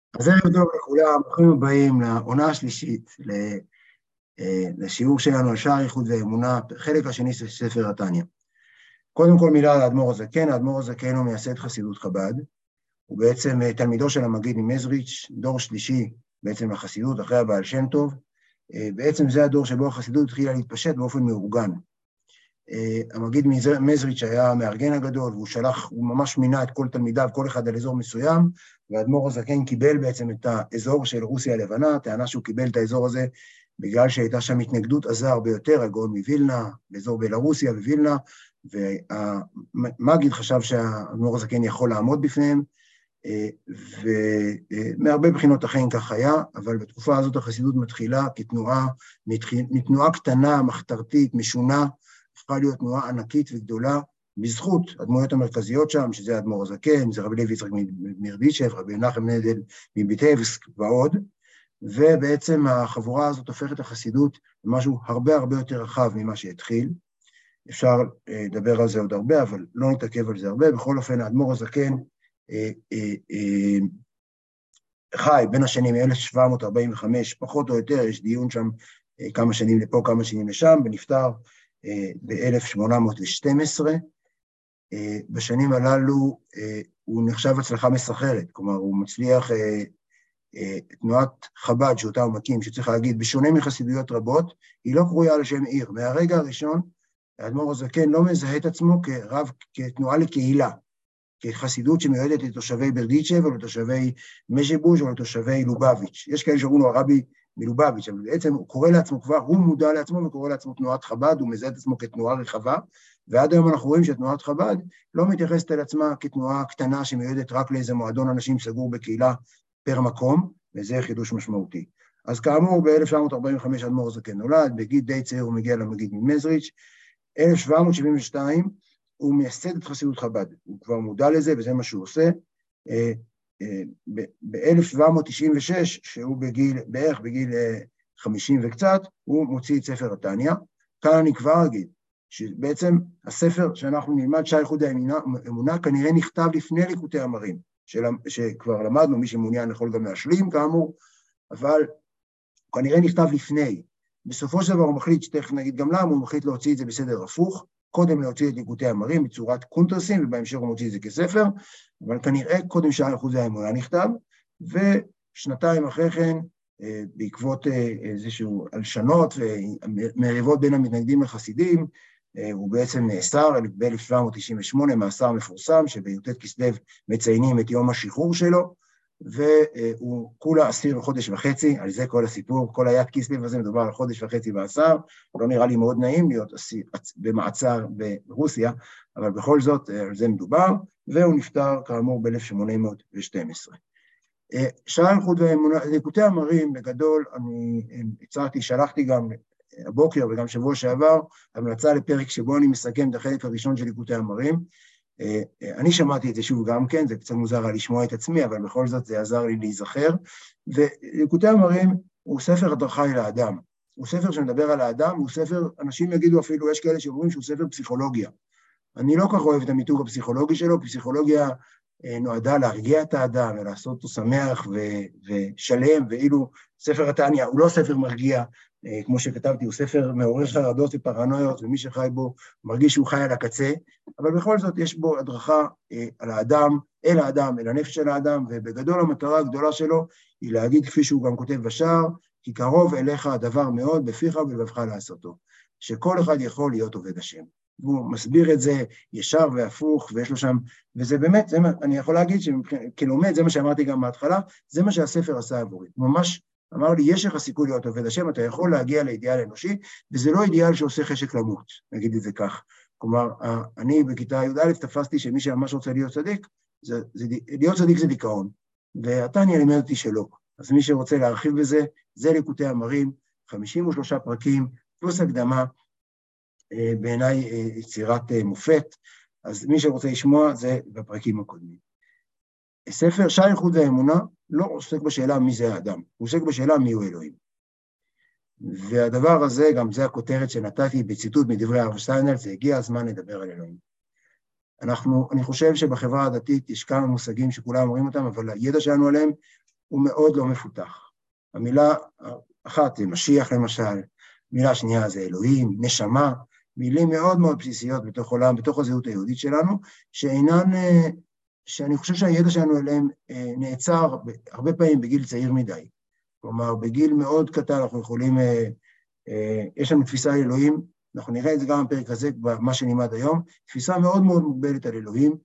אז ערב טוב לכולם, ברוכים הבאים לעונה השלישית, לשיעור שלנו על שער ייחוד ואמונה, חלק השני של ספר התניא. קודם כל מילה על האדמו"ר הזקן. האדמו"ר הזקן הוא מייסד חסידות חב"ד, הוא בעצם תלמידו של המגיד ממזריץ', דור שלישי בעצם לחסידות, אחרי הבעל שם טוב. בעצם זה הדור שבו החסידות התחילה להתפשט באופן מאורגן. המגיד מזריץ' היה המארגן הגדול, הוא ממש מינה את כל תלמידיו, כל אחד על אזור מסוים, והאדמו"ר הזקן קיבל בעצם את האזור של רוסיה הלבנה, טענה שהוא קיבל את האזור הזה בגלל שהייתה שם התנגדות עזה הרבה יותר, הגאון מווילנה, באזור בלרוסיה ווילנה, והמגיד חשב שהאדמו"ר הזקן יכול לעמוד בפניהם, ומהרבה בחינות אכן כך היה, אבל בתקופה הזאת החסידות מתחילה מתנועה קטנה, מחתרתית, משונה, הפכה להיות תנועה ענקית וגדולה, בזכות הדמויות המרכזיות שם, שזה האדמו"ר הזקן, זה רבי לוי יצחק מברדיצ'ב, רבי מנחם נדל מביטבסק ועוד, ובעצם החבורה הזאת הופכת את החסידות למשהו הרבה הרבה יותר רחב ממה שהתחיל. אפשר לדבר על זה עוד הרבה, אבל לא נתעכב על זה הרבה. בכל אופן, האדמו"ר הזקן חי בין השנים 1745, פחות או יותר, יש דיון שם כמה שנים לפה, כמה שנים לשם, ונפטר ב-1812. בשנים הללו הוא נחשב הצלחה מסחררת, כלומר הוא מצליח, תנועת חב"ד שאותה הוא מקים, שצריך להגיד, בשונה מחסידויות רבות, היא לא קרויה על שם עיר. מהרגע הראשון, האדמו"ר הזקן לא מזהה את עצמו כתנועה לקהילה, כחסידות שמיועדת לתושבי ברדיצ'ב, או לתושבי מז'יבוז' או לתושבי לובביץ'. יש כאלה שאומרים לו הרבי מלובביץ', אבל בעצם הוא קורא לעצמו כבר, הוא מודע לעצמו וקורא לעצמו תנועת חב"ד, הוא מזהה את עצמו כתנועה רחבה, ועד היום אנחנו רואים שתנועת חב"ד לא מתייחסת אל עצמה כתנועה קטנה שמיועדת רק לאיזה מועדון אנשים סגור בקהילה פר מקום, וזה חידוש משמעותי. אז כאמור, ב-1945 האדמו"ר הזקן נולד, בגיל די צעיר הוא מגיע למגיד ממזריץ', 1772 הוא מייסד את חסידות חב"ד, הוא כבר מודע לזה וזה מה שהוא עושה. ב-1796, שהוא בערך בגיל 50 וקצת, הוא מוציא את ספר התניא. כאן אני כבר אגיד, שבעצם הספר שאנחנו נלמד שער ייחוד האמונה, כנראה נכתב לפני ליקוטי אמרים, שכבר למדנו, מי שמעוניין יכול גם להשלים כאמור, אבל כנראה נכתב לפני. בסופו של דבר הוא מחליט, שתכף נגיד גם למה, הוא מחליט להוציא את זה בסדר הפוך, קודם להוציא את ליקוטי אמרים בצורת קונטרסים, ובהמשך הוא מוציא את זה כספר, אבל כנראה קודם שער ייחוד האמונה נכתב, ושנתיים אחרי כן, בעקבות איזשהו הלשנות ומריבות בין המתנגדים לחסידים, הוא בעצם נאסר ב-1798, מאסר מפורסם, שבי"ט כסלו מציינים את יום השחרור שלו, והוא כולה אסיר חודש וחצי, על זה כל הסיפור, כל הי"ט כסלו הזה מדובר על חודש וחצי מאסר, לא נראה לי מאוד נעים להיות במעצר ברוסיה, אבל בכל זאת על זה מדובר, והוא נפטר כאמור ב-1812. שער ייחוד ואמונה, ליקוטי אמרים בגדול, אני שלחתי גם הבוקר וגם שבוע שעבר, המלצה לפרק שבו אני מסכם את החלק הראשון של ליקוטי אמרים. אני שמעתי את זה שוב גם כן, זה קצת מוזר על לשמוע את עצמי, אבל בכל זאת זה עזר לי להיזכר. וליקוטי אמרים הוא ספר הדרכה אל האדם, הוא ספר שמדבר על האדם, הוא ספר, אנשים יגידו אפילו, יש כאלה שאומרים שהוא ספר פסיכולוגיה. אני לא כך אוהב את המיתוג הפסיכולוגי שלו, פסיכולוגיה נועדה להרגיע את האדם ולעשות אותו שמח ושלם, ואילו ספר התניא הוא לא ספר מרגיע, כמו שכתבתי, הוא ספר מעורר חרדות ופרנויות, ומי שחי בו מרגיש שהוא חי על הקצה, אבל בכל זאת יש בו הדרכה על האדם, אל האדם, אל הנפש של האדם, ובגדול המטרה הגדולה שלו היא להגיד, כפי שהוא גם כותב בשער, כי קרוב אליך הדבר מאוד, בפיך ובלבבך לעשותו, שכל אחד יכול להיות עובד השם. והוא מסביר את זה ישר והפוך, ויש לו שם, וזה באמת, אני יכול להגיד שכלומד, זה מה שאמרתי גם מההתחלה, זה מה שהספר עשה עבורי. ממש אמר לי, יש לך סיכוי להיות עובד השם, אתה יכול להגיע לאידיאל אנושי, וזה לא אידיאל שעושה חשק למות, נגיד את זה כך. כלומר, אני בכיתה י"א תפסתי שמי שממש רוצה להיות צדיק, להיות צדיק זה דיכאון, והתניא לימד אותי שלא. אז מי שרוצה להרחיב בזה, זה ליקוטי אמרים, 53 פרקים, פלוס הקדמה, בעיניי יצירת מופת, אז מי שרוצה לשמוע זה בפרקים הקודמים. ספר שער ייחוד והאמונה לא עוסק בשאלה מי זה האדם, הוא עוסק בשאלה מי הוא אלוהים. והדבר הזה, גם זה הכותרת שנתתי בציטוט מדברי הרב שטיינזלץ, זה הגיע הזמן לדבר על אלוהים. אני חושב שבחברה הדתית יש כמה מושגים שכולם אומרים אותם, אבל הידע שלנו עליהם הוא מאוד לא מפותח. המילה אחת זה משיח למשל, מילה שנייה זה אלוהים, נשמה, מילים מאוד מאוד בסיסיות בתוך עולם, בתוך הזהות היהודית שלנו, שאינן, שאני חושב שהידע שלנו אליהם נעצר הרבה פעמים בגיל צעיר מדי. כלומר, בגיל מאוד קטן אנחנו יכולים, יש לנו תפיסה על אלוהים, אנחנו נראה את זה גם בפרק הזה, במה שנלמד היום, תפיסה מאוד מאוד מוגבלת על אלוהים,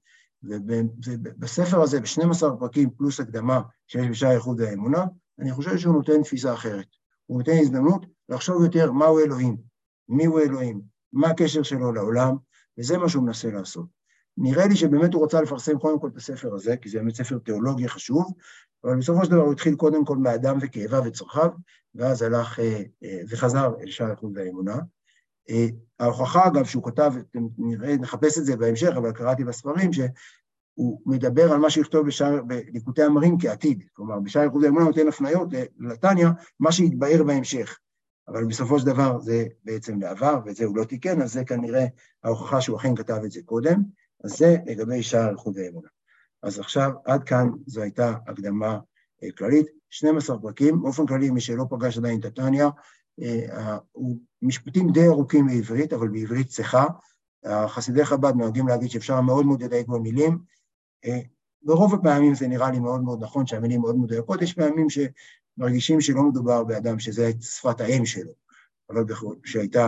ובספר הזה, ב-12 פרקים פלוס הקדמה שיש בשער הייחוד והאמונה, אני חושב שהוא נותן תפיסה אחרת. הוא נותן הזדמנות לחשוב יותר מהו אלוהים, מיהו אלוהים, מה הקשר שלו לעולם, וזה מה שהוא מנסה לעשות. נראה לי שבאמת הוא רוצה לפרסם קודם כל את הספר הזה, כי זה באמת ספר תיאולוגי חשוב, אבל בסופו של דבר הוא התחיל קודם כל מאדם וכאביו וצרכיו, ואז הלך וחזר אל שער הייחוד והאמונה. ההוכחה, אגב, שהוא כתב, נראה, נחפש את זה בהמשך, אבל קראתי בספרים, שהוא מדבר על מה שיכתוב בליקוטי המרים כעתיד, כלומר, בשער הייחוד והאמונה נותן הפניות לתניא, מה שיתבהר בהמשך, אבל בסופו של דבר זה בעצם לעבר, ואת זה הוא לא תיקן, אז זה כנראה ההוכחה שהוא אכן כתב את זה קודם, אז זה לגבי שער הייחוד והאמונה. אז עכשיו, עד כאן זו הייתה הקדמה כללית, 12 פרקים, באופן כללי, מי שלא פגש עדיין את התניא, הוא משפטים די ארוכים בעברית, אבל בעברית צחה. חסידי חב"ד נוהגים להגיד שאפשר מאוד מאוד לדייק במילים. ברוב הפעמים זה נראה לי מאוד מאוד נכון שהמילים מאוד מדויקות, יש פעמים שמרגישים שלא מדובר באדם שזה שפת האם שלו, אבל שהייתה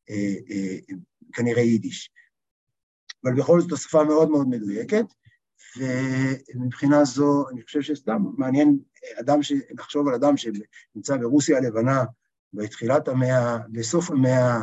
כנראה יידיש. אבל בכל זאת השפה מאוד מאוד מדויקת, ומבחינה זו אני חושב שסתם מעניין לחשוב על אדם שנמצא ברוסיה הלבנה, בתחילת המאה, בסוף המאה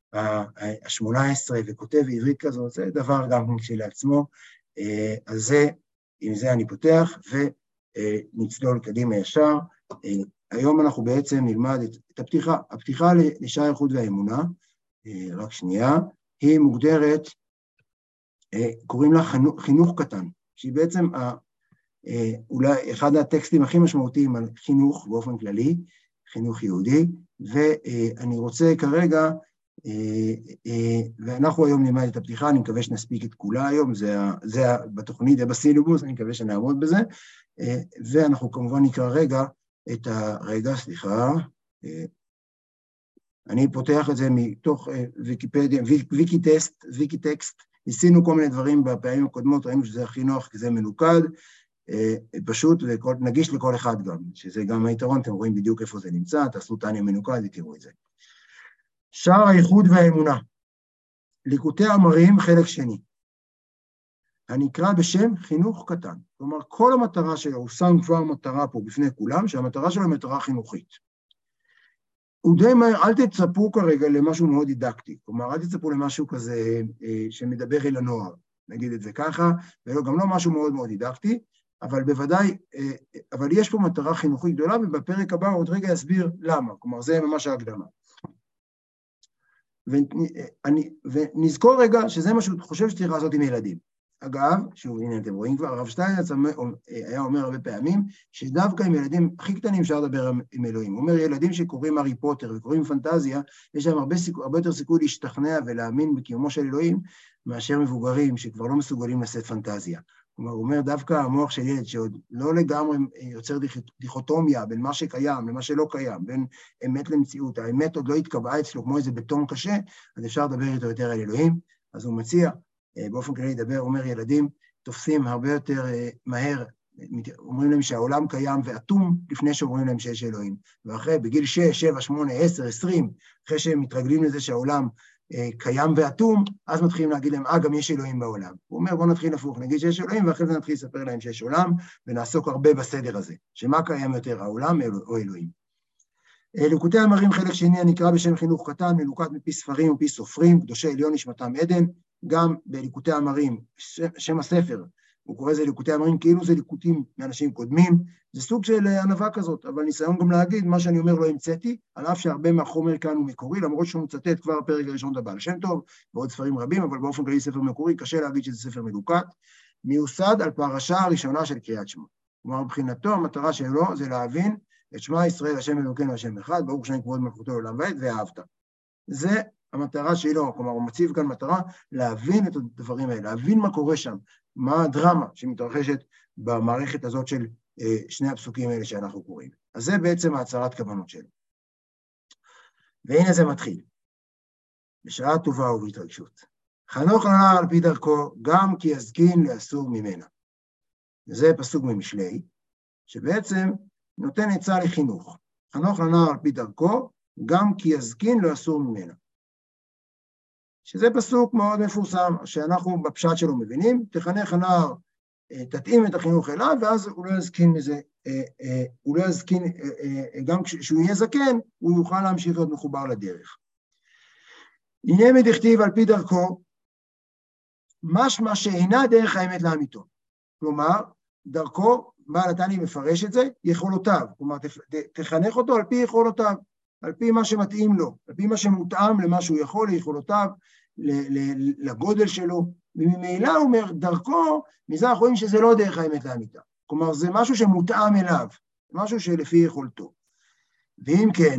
ה-18, וכותב בעברית כזאת, זה דבר גם כשלעצמו. אז זה, עם זה אני פותח, ונצלול קדימה ישר. היום אנחנו בעצם נלמד את הפתיחה. הפתיחה לשער הייחוד והאמונה, רק שנייה, היא מוגדרת, קוראים לה חינוך קטן, שהיא בעצם אולי אחד הטקסטים הכי משמעותיים על חינוך באופן כללי, חינוך יהודי, ואני רוצה כרגע, ואנחנו היום נלמד את הפתיחה, אני מקווה שנספיק את כולה היום, זה בתוכנית, זה בסילובוס, אני מקווה שנעמוד בזה, ואנחנו כמובן נקרא רגע את סליחה, אני פותח את זה מתוך ויקיפדיה, ויקיטקסט, ניסינו כל מיני דברים בפעמים הקודמות, ראינו שזה הכי נוח, כי זה מנוקד, פשוט ונגיש לכל אחד גם, שזה גם היתרון, אתם רואים בדיוק איפה זה נמצא, תעשו תניא מנוקד ותראו את זה. שער הייחוד והאמונה, ליקוטי המרים חלק שני, הנקרא בשם חינוך קטן, כלומר כל המטרה שלו, הוא שם כבר מטרה פה בפני כולם, שהמטרה שלו היא מטרה חינוכית. הוא די מהר, אל תצפו כרגע למשהו מאוד דידקטי, כלומר אל תצפו למשהו כזה שמדבר אל הנוער, נגיד את זה ככה, וגם לא משהו מאוד מאוד דידקטי, אבל בוודאי, אבל יש פה מטרה חינוכית גדולה, ובפרק הבא עוד רגע אסביר למה, כלומר זה ממש ההקדמה. ונזכור רגע שזה מה שהוא חושב שצריך לעשות עם ילדים. אגב, שוב, הנה אתם רואים כבר, הרב שטיינזלץ היה אומר הרבה פעמים, שדווקא עם ילדים הכי קטנים אפשר לדבר עם אלוהים. הוא אומר, ילדים שקוראים הארי פוטר וקוראים פנטזיה, יש להם הרבה יותר סיכוי להשתכנע ולהאמין בקיומו של אלוהים, מאשר מבוגרים שכבר לא מסוגלים לשאת פנטזיה. כלומר, הוא אומר, דווקא המוח של ילד שעוד לא לגמרי יוצר דיכוטומיה בין מה שקיים למה שלא קיים, בין אמת למציאות, האמת עוד לא התקבעה אצלו כמו איזה בטון קשה, אז אפשר לדבר איתו יותר על אלוהים. אז הוא מציע, באופן כללי לדבר, אומר, ילדים תופסים הרבה יותר מהר, אומרים להם שהעולם קיים ואטום, לפני שאומרים להם שיש אלוהים. ואחרי, בגיל 6, 7, 8, 10, 20, אחרי שהם מתרגלים לזה שהעולם קיים ואטום, אז מתחילים להגיד להם, גם יש אלוהים בעולם. הוא אומר, בואו נתחיל הפוך, נגיד שיש אלוהים, ואחרי זה נתחיל לספר להם שיש עולם, ונעסוק הרבה בסדר הזה, שמה קיים יותר, העולם או אלוהים. ליקוטי המרים חלק שני, הנקרא בשם חינוך קטן, מלוקט מפי ספרים ופי סופרים, קדושי עליון נשמתם עדן, גם בליקוטי המרים, שם הספר, הוא קורא זה ליקוטי המרים, כאילו זה ליקוטים מאנשים קודמים, זה סוג של ענווה כזאת, אבל ניסיון גם להגיד, מה שאני אומר לא המצאתי, על אף שהרבה מהחומר כאן הוא מקורי, למרות שהוא מצטט כבר הפרק הראשון לבעל שם טוב, ועוד ספרים רבים, אבל באופן כללי ספר מקורי, קשה להגיד שזה ספר מלוקט, מיוסד על פרשה הראשונה של קריאת שמע. כלומר, מבחינתו, המטרה שלו זה להבין את שמע ישראל, השם אלוקינו, השם אחד, ברוך שם כבוד מלכותו לעולם ועד, ואהבת. זה המטרה שלו, כלומר, הוא מציב כאן מטרה להבין את הדברים האלה, להבין מה קורה שם, מה הדרמה שמתרחשת במערכת הזאת של שני הפסוקים האלה שאנחנו קוראים. אז זה בעצם ההצהרת כוונות שלו. והנה זה מתחיל. בשעה טובה ובהתרגשות. חנוך לנער על פי דרכו, גם כי יזקין לאסור ממנה. וזה פסוק ממשלי, שבעצם נותן עצה לחינוך. חנוך לנער על פי דרכו, גם כי יזקין לאסור ממנה. שזה פסוק מאוד מפורסם, שאנחנו בפשט שלו מבינים, תחנך הנער, תתאים את החינוך אליו, ואז הוא לא יזקין מזה, הוא לא יזקין, גם כשהוא יהיה זקן, הוא יוכל להמשיך להיות מחובר לדרך. הנה מדכתיב על פי דרכו, משמע שאינה דרך האמת לאמיתו. כלומר, דרכו, בעל התניא מפרש את זה, יכולותיו. כלומר, תחנך אותו על פי יכולותיו, על פי מה שמתאים לו, על פי מה שמותאם למה שהוא יכול, ליכולותיו, לגודל שלו, וממילא הוא אומר, דרכו, מזה אנחנו רואים שזה לא דרך האמת לאמיתה. כלומר, זה משהו שמותאם אליו, משהו שלפי יכולתו. ואם כן,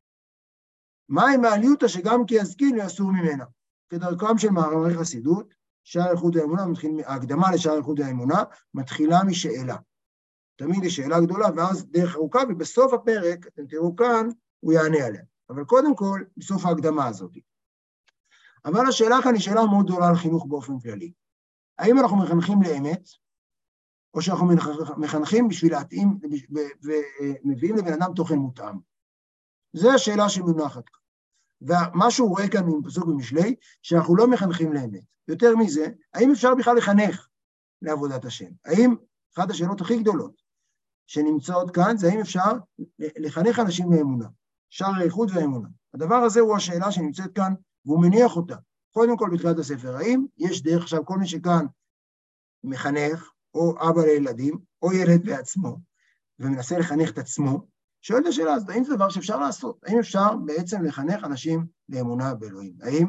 מה עם העליותא שגם כי יזקין לאסור ממנה? כדרכם של מאמרי חסידות, שער ייחוד האמונה, ההקדמה לשער ייחוד האמונה, מתחילה משאלה. תמיד יש שאלה גדולה, ואז דרך ארוכה, ובסוף הפרק, אתם תראו כאן, הוא יענה עליה. אבל קודם כל, בסוף ההקדמה הזאת. אבל השאלה כאן היא שאלה מאוד גדולה על חינוך באופן כללי. האם אנחנו מחנכים לאמת, או שאנחנו מחנכים בשביל להתאים, ומביאים לבן אדם תוכן מותאם? זו השאלה שמונחת כאן. ומה שהוא רואה כאן מפסוק במשלי, שאנחנו לא מחנכים לאמת. יותר מזה, האם אפשר בכלל לחנך לעבודת השם? האם אחת השאלות הכי גדולות שנמצאות כאן, זה האם אפשר לחנך אנשים לאמונה, שער הייחוד והאמונה. הדבר הזה הוא השאלה שנמצאת כאן, והוא מניח אותה. קודם כל בתחילת הספר, האם יש דרך, עכשיו כל מי שכאן מחנך, או אבא לילדים, או ילד בעצמו, ומנסה לחנך את עצמו, שואל את השאלה הזאת, האם זה דבר שאפשר לעשות? האם אפשר בעצם לחנך אנשים לאמונה באלוהים? האם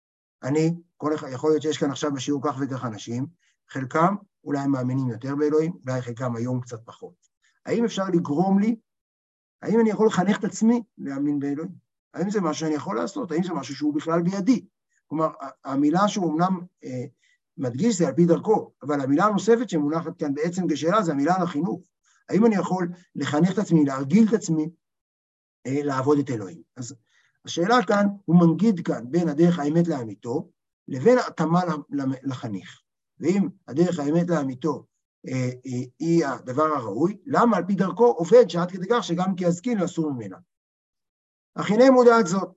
יכול להיות שיש כאן עכשיו בשיעור כך וכך אנשים, חלקם אולי הם מאמינים יותר באלוהים, אולי חלקם היום קצת פחות. האם אפשר לגרום לי, האם אני יכול לחנך את עצמי להאמין באלוהים? האם זה משהו שאני יכול לעשות? האם זה משהו שהוא בכלל בידי? כלומר, המילה שהוא אמנם מדגיש זה על פי דרכו, אבל המילה הנוספת שמונחת כאן בעצם כשאלה זה המילה על החינוך. האם אני יכול לחנך את עצמי, להרגיל את עצמי, לעבוד את אלוהים? אז השאלה כאן, הוא מנגיד כאן בין הדרך האמת לאמיתו, לבין התאמה לחניך. ואם הדרך האמת לאמיתו היא הדבר הראוי, למה על פי דרכו עובד שעד כדי כך שגם כי יזקין לאסור ממנה? אך הנה מודעת זאת,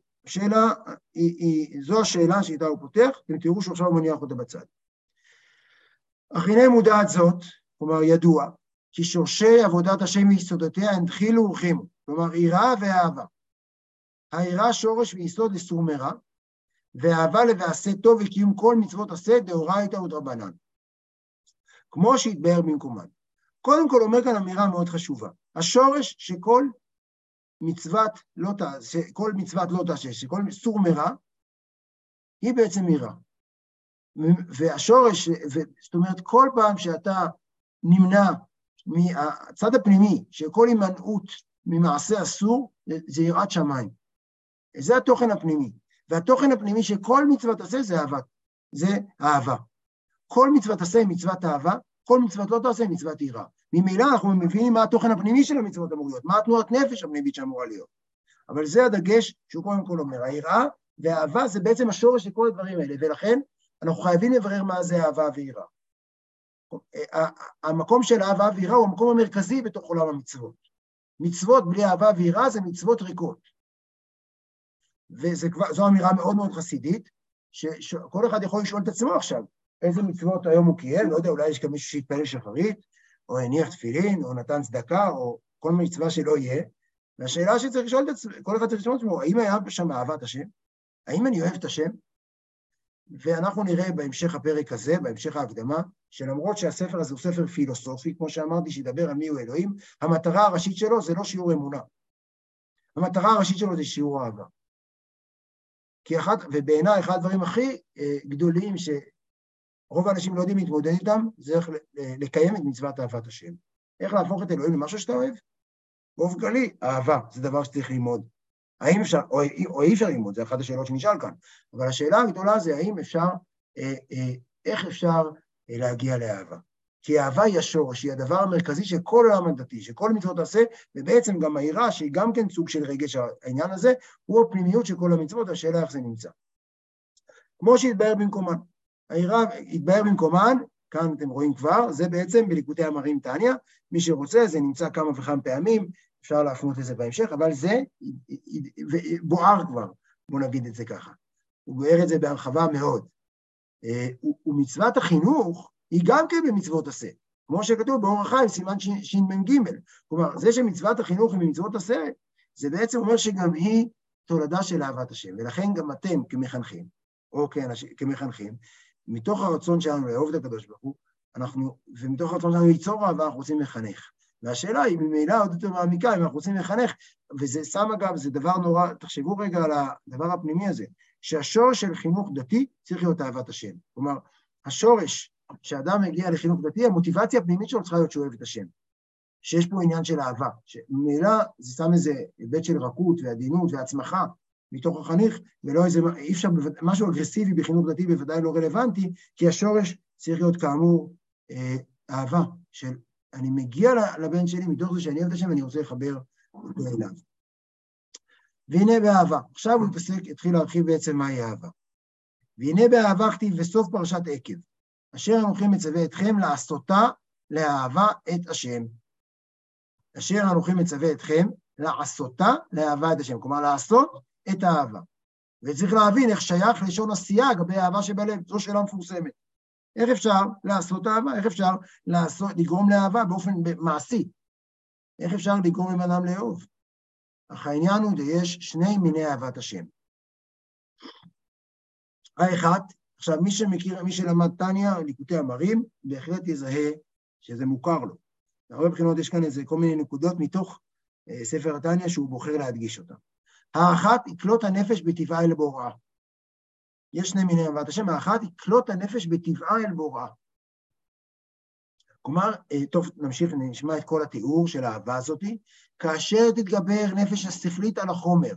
זו השאלה שאיתה הוא פותח, אתם תראו שעכשיו הוא מניח אותה בצד. אך הנה מודעת זאת, כלומר ידוע, כי שורשי עבודת השם ויסודותיה הנחילו ורחימו, כלומר יראה ואהבה. היראה שורש ויסוד לסור מרע, ואהבה לבעשה טוב וקיום כל מצוות עשה דאורייתא ודרבנן. כמו שהתבאר במקומן. קודם כל אומר כאן אמירה מאוד חשובה. השורש שכל מצוות לא תעשה, שכל סור מרע, היא בעצם יראה. והשורש, זאת אומרת, כל פעם שאתה נמנע מהצד הפנימי, שכל הימנעות ממעשה אסור, זה יראת שמיים. זה התוכן הפנימי. והתוכן הפנימי שכל מצוות עשה זה אהבה. כל מצוות עשה היא מצוות אהבה, כל מצוות לא תעשה היא מצוות יראה. ממילא אנחנו מבינים מה התוכן הפנימי של המצוות אמוריות, מה התנועת נפש הפנימית שאמורה להיות. אבל זה הדגש שהוא קודם כל אומר, היראה והאהבה זה בעצם השורש של כל הדברים האלה, ולכן אנחנו חייבים לברר מה זה אהבה ויראה. המקום של אהבה ויראה הוא המקום המרכזי בתוך עולם המצוות. מצוות בלי אהבה ויראה זה מצוות ריקות. וזו אמירה מאוד מאוד חסידית, שכל אחד יכול לשאול את עצמו עכשיו, איזה מצוות היום הוא קיים, לא יודע, אולי יש גם מישהו שהתפלל שחרית, או הניח תפילין, או נתן צדקה, או כל מצווה שלא יהיה, והשאלה שצריך לשאול את עצמו, כל אחד צריך לשאול את עצמו, האם היה שם אהבת השם? האם אני אוהב את השם? ואנחנו נראה בהמשך הפרק הזה, בהמשך ההקדמה, שלמרות שהספר הזה הוא ספר פילוסופי, כמו שאמרתי, שידבר על מי הוא אלוהים, המטרה הראשית שלו זה לא שיעור אמונה. המטרה הראשית שלו זה שיעור אהבה. ובעיניי אחד הדברים הכי גדולים שרוב האנשים לא יודעים להתמודד איתם, זה איך לקיים את מצוות אהבת השם. איך להפוך את אלוהים למשהו שאתה אוהב? באופן כללי, אהבה, זה דבר שצריך ללמוד. האם אפשר, או אי אפשר ללמוד, זה אחת השאלות שנשאל כאן, אבל השאלה הגדולה זה האם אפשר, איך אפשר להגיע לאהבה. כי האהבה היא השורש, היא הדבר המרכזי של כל העולם הדתי, שכל מצוות תעשה, ובעצם גם היראה, שהיא גם כן סוג של רגש, העניין הזה, הוא הפנימיות של כל המצוות, השאלה איך זה נמצא. כמו שהתבהר במקומן. היראה התבהר במקומן, כאן אתם רואים כבר, זה בעצם בליקוטי המרים תניא, מי שרוצה, זה נמצא כמה וכמה פעמים, אפשר להפנות לזה בהמשך, אבל זה בוער כבר, בוא נגיד את זה ככה. הוא בוער את זה בהרחבה מאוד. ומצוות החינוך היא גם כן במצוות עשה, כמו שכתוב באור החיים, סימן ש"מ"ג. כלומר, זה שמצוות החינוך היא במצוות עשה, זה בעצם אומר שגם היא תולדה של אהבת השם, ולכן גם אתם כמחנכים, או כמחנכים, מתוך הרצון שלנו לאהוב את הקדוש ברוך הוא, ומתוך הרצון שלנו ליצור אהבה, אנחנו רוצים לחנך. והשאלה היא, ממילא עוד יותר מעמיקה, אם אנחנו רוצים לחנך, וזה שם אגב, זה דבר נורא, תחשבו רגע על הדבר הפנימי הזה, שהשורש של חינוך דתי צריך להיות אהבת השם. כלומר, השורש שאדם מגיע לחינוך דתי, המוטיבציה הפנימית שלו צריכה להיות שהוא אוהב את השם. שיש פה עניין של אהבה, שממילא זה שם איזה היבט של רכות ועדינות והצמחה מתוך החניך, ולא איזה, אי אפשר, משהו אגרסיבי בחינוך דתי בוודאי לא רלוונטי, כי השורש צריך להיות כאמור אהבה, של אני מגיע לבן שלי מתוך זה שאני אוהב את השם, אני רוצה לחבר אותו אליו. והנה באהבה, עכשיו הוא התחיל להרחיב בעצם מהי אהבה. והנה באהבה כתיב בסוף פרשת עקב, אשר אנוכי מצווה אתכם לעשותה לאהבה את השם. אשר אנוכי מצווה אתכם לעשותה לאהבה את השם, כלומר לעשות את האהבה. וצריך להבין איך שייך לשון עשייה לגבי האהבה שבלב, זו שאלה מפורסמת. איך אפשר לעשות אהבה? איך אפשר לגרום לאהבה באופן מעשי? איך אפשר לגרום לבן אדם לאהוב? אך העניין הוא שיש שני מיני אהבת השם. האחד, עכשיו מי שמכיר, מי שלמד תניא, ליקוטי המרים, בהחלט יזהה שזה מוכר לו. הרבה בחינות יש כאן איזה כל מיני נקודות מתוך ספר התניא שהוא בוחר להדגיש אותה. האחת, יקלוט הנפש בטבעה אל בוראה. יש שני מיני אהבת השם, האחת, יקלוט הנפש בטבעה אל בוראה. כלומר, טוב, נמשיך, נשמע את כל התיאור של האהבה הזאת, כאשר תתגבר נפש השכלית על החומר,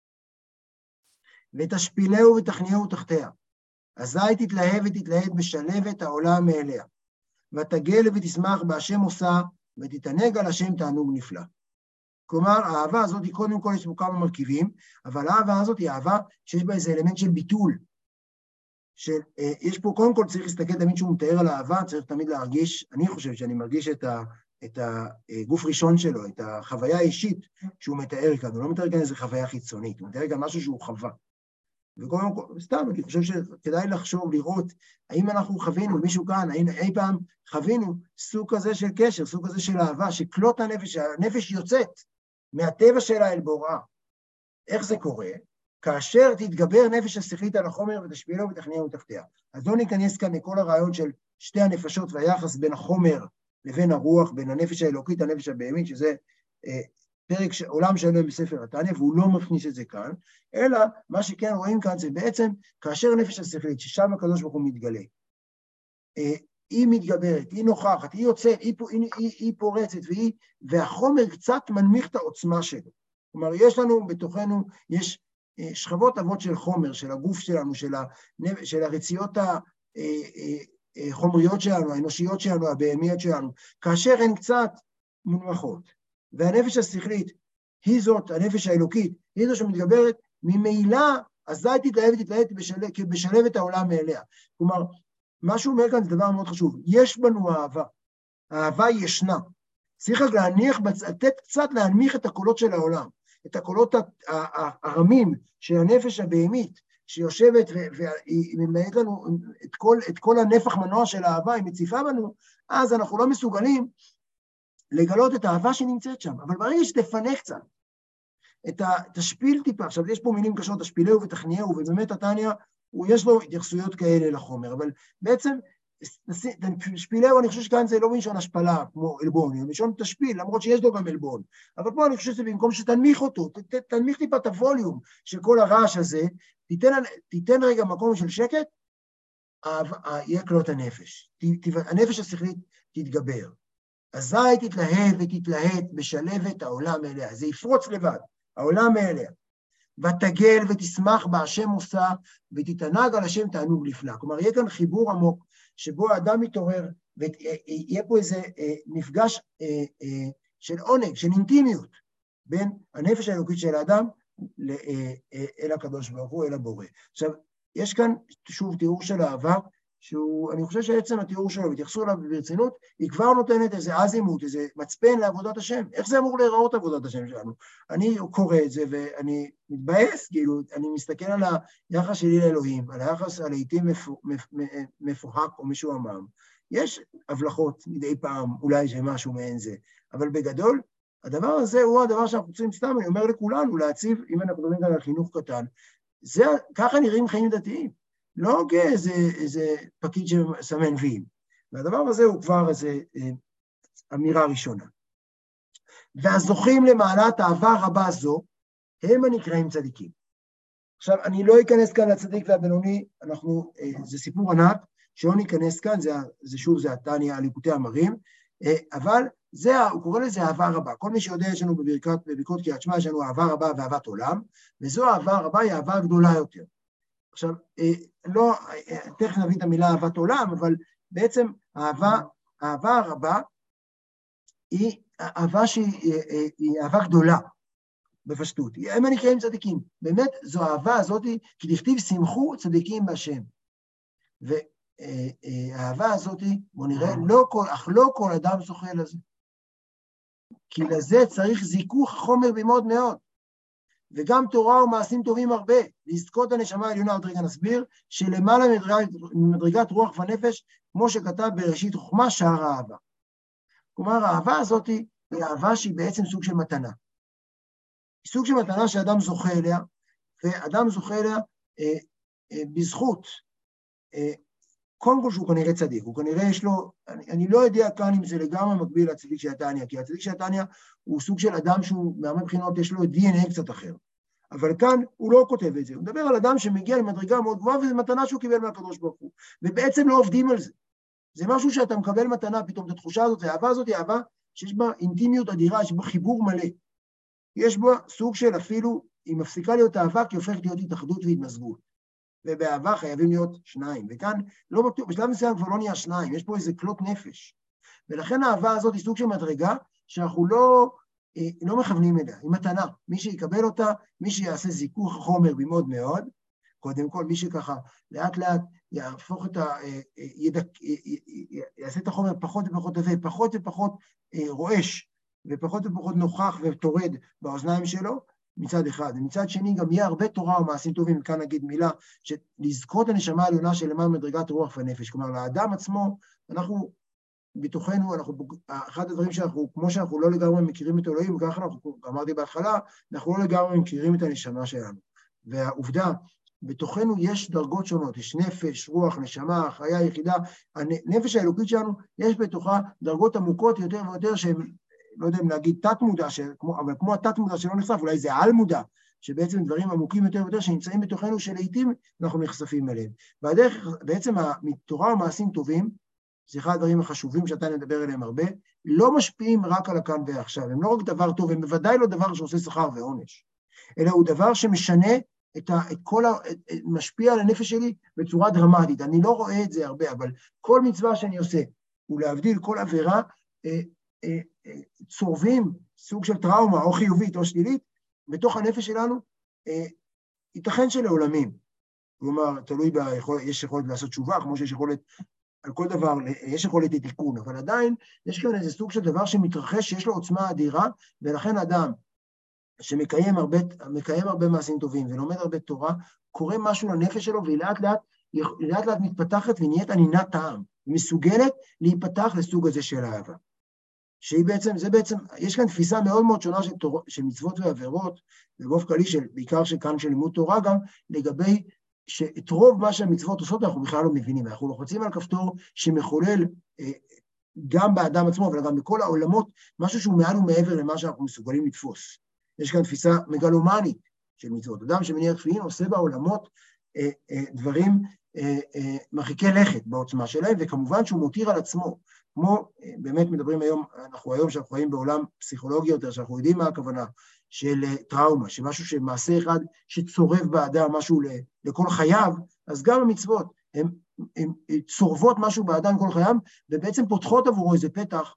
ותשפילהו ותכניעהו תחתיה, אזי תתלהב ותתלהט בשלבת העולם מאליה, ותגל ותשמח בהשם עושה, ותתענג על השם תענוג נפלא. כלומר, האהבה הזאת היא קודם כל יש פה כמה מרכיבים, אבל האהבה הזאת היא אהבה שיש בה איזה אלמנט של ביטול. יש פה, קודם כל צריך להסתכל תמיד שהוא מתאר על האהבה, צריך תמיד להרגיש, אני חושב שאני מרגיש את הגוף ראשון שלו, את החוויה האישית שהוא מתאר כאן, הוא לא מתאר כאן איזו חוויה חיצונית, הוא מתאר כאן משהו שהוא חווה. וקודם כל, סתם, אני חושב שכדאי לחשוב, לראות, האם אנחנו חווינו, מישהו כאן, אי פעם חווינו סוג כזה של קשר, סוג כזה של אהבה, שקלוט הנפש, הנפש יוצאת מהטבע שלה אל בוראה. איך זה קורה? כאשר תתגבר נפש השכלית על החומר ותשפילהו ותכניעהו תחתיה. אז לא ניכנס כאן לכל הרעיון של שתי הנפשות והיחס בין החומר לבין הרוח, בין הנפש האלוקית לנפש הבהמית, שזה פרק עולם שלם בספר התניא, והוא לא מכניס את זה כאן, אלא מה שכן רואים כאן זה בעצם כאשר נפש השכלית, ששם הקדוש ברוך הוא מתגלה, היא מתגברת, היא נוכחת, היא יוצאת, היא פורצת, והחומר קצת מנמיך את העוצמה שלו. כלומר, יש לנו בתוכנו, יש שכבות אבות של חומר, של הגוף שלנו, של הרציות החומריות שלנו, האנושיות שלנו, הבהמיות שלנו, כאשר הן קצת מונמכות. והנפש השכלית היא זאת, הנפש האלוקית, היא זאת שמתגברת, ממילא, אזי תתלהב ותתלהט בשלבת העולם מאליה. כלומר, מה שהוא אומר כאן זה דבר מאוד חשוב, יש בנו אהבה, האהבה ישנה, צריך להניח, לתת קצת להנמיך את הקולות של העולם, את הקולות הרמים של הנפש הבהמית, שיושבת והיא ממלאת לנו את כל הנפח מנוע של האהבה, היא מציפה בנו, אז אנחנו לא מסוגלים לגלות את האהבה שנמצאת שם, אבל ברגע שתפנה קצת, תשפיל טיפה, עכשיו יש פה מילים קשות, תשפילהו ותכניעהו, ובאמת התניא, יש לו התייחסויות כאלה לחומר, אבל בעצם, תשפילהו, אני חושב שכאן זה לא מלשון השפלה, כמו אלבון, זה מלשון תשפיל, למרות שיש לו גם אלבון, אבל פה אני חושב שזה במקום שתנמיך אותו, תנמיך טיפה את הווליום של כל הרעש הזה, תיתן רגע מקום של שקט, יהיה כלות הנפש, הנפש השכלית תתגבר. אזי תתלהב ותתלהט בשלבת העולם אליה, זה יפרוץ לבד, העולם מאליה, ותגל ותשמח בהשם עושה, ותתענג על השם תענוג נפלא. כלומר, יהיה כאן חיבור עמוק, שבו האדם מתעורר ויהיה פה איזה מפגש של עונג, של אינטימיות, בין הנפש האלוקית של האדם אל הקדוש ברוך הוא, אל הבורא. עכשיו, יש כאן שוב תיאור של אהבה, אני חושב שעצם התיאור שלו, והתייחסו אליו ברצינות, היא כבר נותנת איזה אזימות, איזה מצפן לעבודת השם. איך זה אמור להיראות עבודת השם שלנו? אני קורא את זה ואני מתבאס, כאילו, אני מסתכל על היחס שלי לאלוהים, על היחס הלעיתים מפוחק או משועמם. יש הבלחות מדי פעם, אולי שמשהו מעין זה, אבל בגדול, הדבר הזה הוא הדבר שאנחנו צריכים סתם, אני אומר לכולנו, להציב, אם אנחנו מדברים על חינוך קטן, ככה נראים חיים דתיים. לא כאיזה פקיד שסמן ויים. והדבר הזה הוא כבר איזו אמירה ראשונה. והזוכים למעלת אהבה רבה זו, הם הנקראים צדיקים. עכשיו, אני לא אכנס כאן לצדיק והבינוני, זה סיפור ענק, שלא ניכנס כאן, שוב, זה התניא, הליקוטי אמרים, אבל הוא קורא לזה אהבה רבה. כל מי שיודע, יש לנו בברכות קריאת שמע, יש לנו אהבה רבה ואהבת עולם, וזו אהבה רבה היא אהבה גדולה יותר. עכשיו, לא, תכף נביא את המילה אהבת עולם, אבל בעצם האהבה הרבה היא אהבה שהיא אהבה גדולה, בפשטות. הם הנקראים צדיקים. באמת, זו האהבה הזאת, כי דכתיב שמחו צדיקים בהשם. והאהבה הזאת, בוא נראה, אך לא כל אדם זוכה לזה. כי לזה צריך זיכוך חומר במאוד מאוד. וגם תורה ומעשים טובים הרבה, לזכות הנשמה העליונה, עוד רגע נסביר, שלמעלה ממדרגת רוח ונפש, כמו שכתב בראשית חוכמה, שער האהבה. כלומר, האהבה הזאת היא אהבה שהיא בעצם סוג של מתנה. היא סוג של מתנה שאדם זוכה אליה, ואדם זוכה אליה בזכות, קודם כל שהוא כנראה צדיק, הוא כנראה יש לו, אני לא יודע כאן אם זה לגמרי מקביל לצדיק של התניא, כי הצדיק של התניא הוא סוג של אדם שהוא מהרבה בחינות יש לו DNA קצת אחר, אבל כאן הוא לא כותב את זה, הוא מדבר על אדם שמגיע למדרגה מאוד גבוהה, וזו מתנה שהוא קיבל מהקדוש ברוך הוא, ובעצם לא עובדים על זה, זה משהו שאתה מקבל מתנה, פתאום את התחושה הזאת, והאהבה הזאת היא אהבה שיש בה אינטימיות אדירה, יש בה חיבור מלא, יש בה סוג של אפילו, היא מפסיקה להיות אהבה, כי הופכת להיות התאחדות והתמזגות. ובאהבה חייבים להיות שניים, וכאן לא בטוח, בשלב מסוים כבר לא נהיה שניים, יש פה איזה כלות נפש, ולכן האהבה הזאת היא סוג של מדרגה, שאנחנו לא מכוונים אליה, היא מתנה, מי שיקבל אותה, מי שיעשה זיכוך חומר במאוד מאוד, קודם כל מי שככה לאט לאט יהפוך יעשה את החומר פחות ופחות עבה, פחות ופחות רועש, ופחות ופחות נוכח וטורד באוזניים שלו, מצד אחד, ומצד שני גם יהיה הרבה תורה ומעשים טובים, וכאן נגיד מילה, שלזכות הנשמה העליונה של למעלה מדרגת רוח ונפש, כלומר לאדם עצמו, אנחנו בתוכנו, אחד הדברים שאנחנו, כמו שאנחנו לא לגמרי מכירים את אלוהים, וככה אמרתי בהתחלה, אנחנו לא לגמרי מכירים את הנשמה שלנו, והעובדה, בתוכנו יש דרגות שונות, יש נפש, רוח, נשמה, חיה, יחידה, הנפש האלוקית שלנו, יש בתוכה דרגות עמוקות יותר ויותר שהן, לא יודע אם להגיד תת מודע, אבל כמו התת מודע שלא נחשף, אולי זה על מודע, שבעצם דברים עמוקים יותר ויותר שנמצאים בתוכנו שלעיתים אנחנו נחשפים אליהם. והדרך, בעצם מתורה ומעשים טובים, זה אחד הדברים החשובים שאתה נדבר עליהם הרבה, לא משפיעים רק על הכאן ועכשיו, הם לא רק דבר טוב, הם בוודאי לא דבר שעושה שכר ועונש, אלא הוא דבר שמשנה משפיע על הנפש שלי בצורה דרמטית. אני לא רואה את זה הרבה, אבל כל מצווה שאני עושה, ולהבדיל כל עבירה, צורבים סוג של טראומה, או חיובית או שלילית, בתוך הנפש שלנו, ייתכן שלעולמים. כלומר, תלוי יש יכולת לעשות תשובה, כמו שיש יכולת, על כל דבר, יש יכולת לתיקון, אבל עדיין יש כאן איזה סוג של דבר שמתרחש, שיש לו עוצמה אדירה, ולכן אדם שמקיים הרבה מעשים טובים, ולומד הרבה תורה, קורא משהו לנפש שלו, והיא לאט לאט מתפתחת, ונהיית ענינת טעם, מסוגלת להיפתח לסוג הזה של האהבה. יש כאן תפיסה מאוד מאוד שונה של מצוות ועבירות, ובאופן כללי, בעיקר כאן של לימוד תורה גם, לגבי שאת רוב מה שהמצוות עושות אנחנו בכלל לא מבינים, אנחנו לוחצים על כפתור שמחולל גם באדם עצמו, אבל גם בכל העולמות, משהו שהוא מעל ומעבר למה שאנחנו מסוגלים לתפוס. יש כאן תפיסה מגלומנית של מצוות, אדם שמניח תפילין עושה בעולמות דברים מרחיקי לכת בעוצמה שלהם, וכמובן שהוא מותיר על עצמו, כמו באמת מדברים היום, שאנחנו חיים בעולם פסיכולוגי יותר, שאנחנו יודעים מה הכוונה של טראומה, שמשהו שמעשה אחד שצורב באדם משהו לכל חייו, אז גם המצוות, הם צורבות משהו באדם כל חייו, ובעצם פותחות עבורו איזה פתח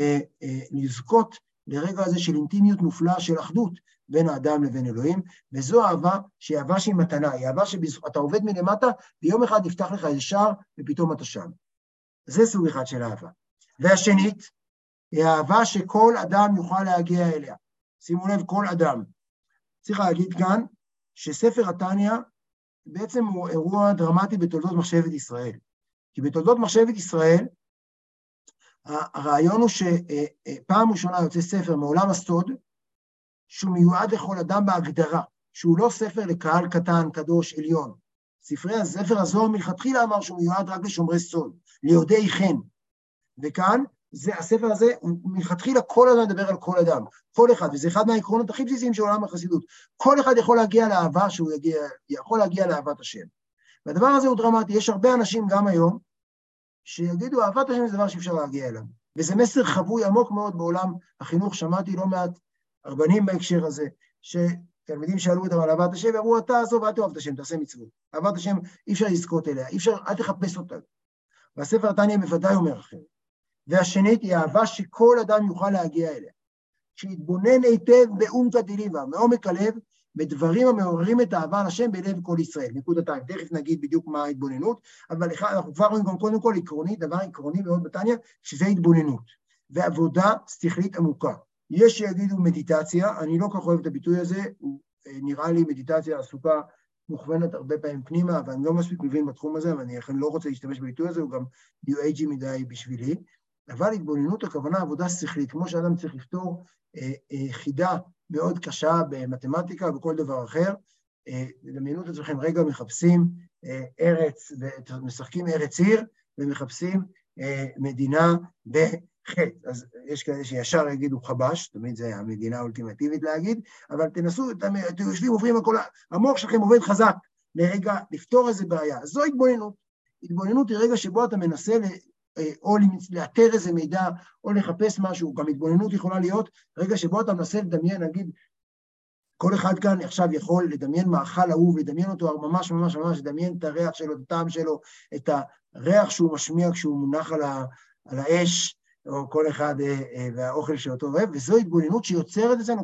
לזכות לרגע הזה של אינטימיות מופלאה של אחדות בין האדם לבין אלוהים, וזו אהבה שהיא אהבה שהיא מתנה, היא אהבה שאתה עובד מלמטה, ויום אחד נפתח לך איזה שער, ופתאום אתה שם. זה סוג אחד של אהבה. והשנית, היא אהבה שכל אדם יוכל להגיע אליה. שימו לב, כל אדם. צריך להגיד כאן, שספר התניא בעצם הוא אירוע דרמטי בתולדות מחשבת ישראל. כי בתולדות מחשבת ישראל, הרעיון הוא שפעם ראשונה יוצא ספר מעולם הסוד, שהוא מיועד לכל אדם בהגדרה, שהוא לא ספר לקהל קטן, קדוש, עליון. ספר הזוהר מלכתחילה אמר שהוא מיועד רק לשומרי סוד, ליודעי חן. וכאן, הספר הזה, מלכתחילה כל אדם מדבר על כל אדם, כל אחד, וזה אחד מהעקרונות הכי בסיסיים של עולם החסידות. כל אחד יכול להגיע לאהבה, יכול להגיע לאהבת השם. והדבר הזה הוא דרמטי, יש הרבה אנשים גם היום, שיגידו, אהבת השם זה דבר שאפשר להגיע אליו. וזה מסר חבוי עמוק מאוד בעולם החינוך, שמעתי לא מעט רבנים בהקשר הזה, שתלמידים שאלו אותם על אהבת השם, ואמרו, אתה עזוב, אל תאהב את השם, תעשה מצוות. אהבת השם אי אפשר לזכות אליה, אי אפשר, אל תחפש אותה. והספר התניא בוודאי אומר אחרת. והשנית היא אהבה שכל אדם יוכל להגיע אליה. שיתבונן היטב בעומקא דליבא, מעומק הלב, בדברים המעוררים את האהבה על השם בלב כל ישראל. נקודתיים, תכף נגיד בדיוק מה ההתבוננות, אבל אנחנו כבר רואים גם קודם כל עקרוני, דבר עקרוני מאוד בתניא, שזה התבוננות, ועבודה שכלית עמוקה. יש שיגידו מדיטציה, אני לא כל כך אוהב את הביטוי הזה, הוא נראה לי מדיטציה עסוקה, מוכוונת הרבה פעמים פנימה, אבל אני לא מספיק מבין בתחום הזה, ואני לא רוצה להשתמש בביטוי הזה, הוא גם New Age מדי בשבילי, אבל התבוננות הכוונה עבודה שכלית, כמו שאדם צריך לפתור חידה מאוד קשה במתמטיקה וכל דבר אחר, דמיינו את עצמכם רגע מחפשים ארץ, משחקים ארץ עיר, ומחפשים מדינה בחטא. אז יש כאלה שישר יגידו חבש, תמיד זה המדינה האולטימטיבית להגיד, אבל תנסו, אתם יושבים, עוברים הכל, המוח שלכם עובד חזק לרגע לפתור איזה בעיה. זו התבוננות. התבוננות היא רגע שבו אתה מנסה או לאתר איזה מידע, או לחפש משהו. גם התבוננות יכולה להיות רגע שבו אתה מנסה לדמיין, נגיד, כל אחד כאן עכשיו יכול לדמיין מאכל אהוב, לדמיין אותו ממש ממש ממש, לדמיין את הריח שלו, את הטעם שלו, את הריח שהוא משמיע כשהוא מונח על האש, או כל אחד והאוכל שאותו אוהב, וזו התבוננות שיוצרת אצלנו,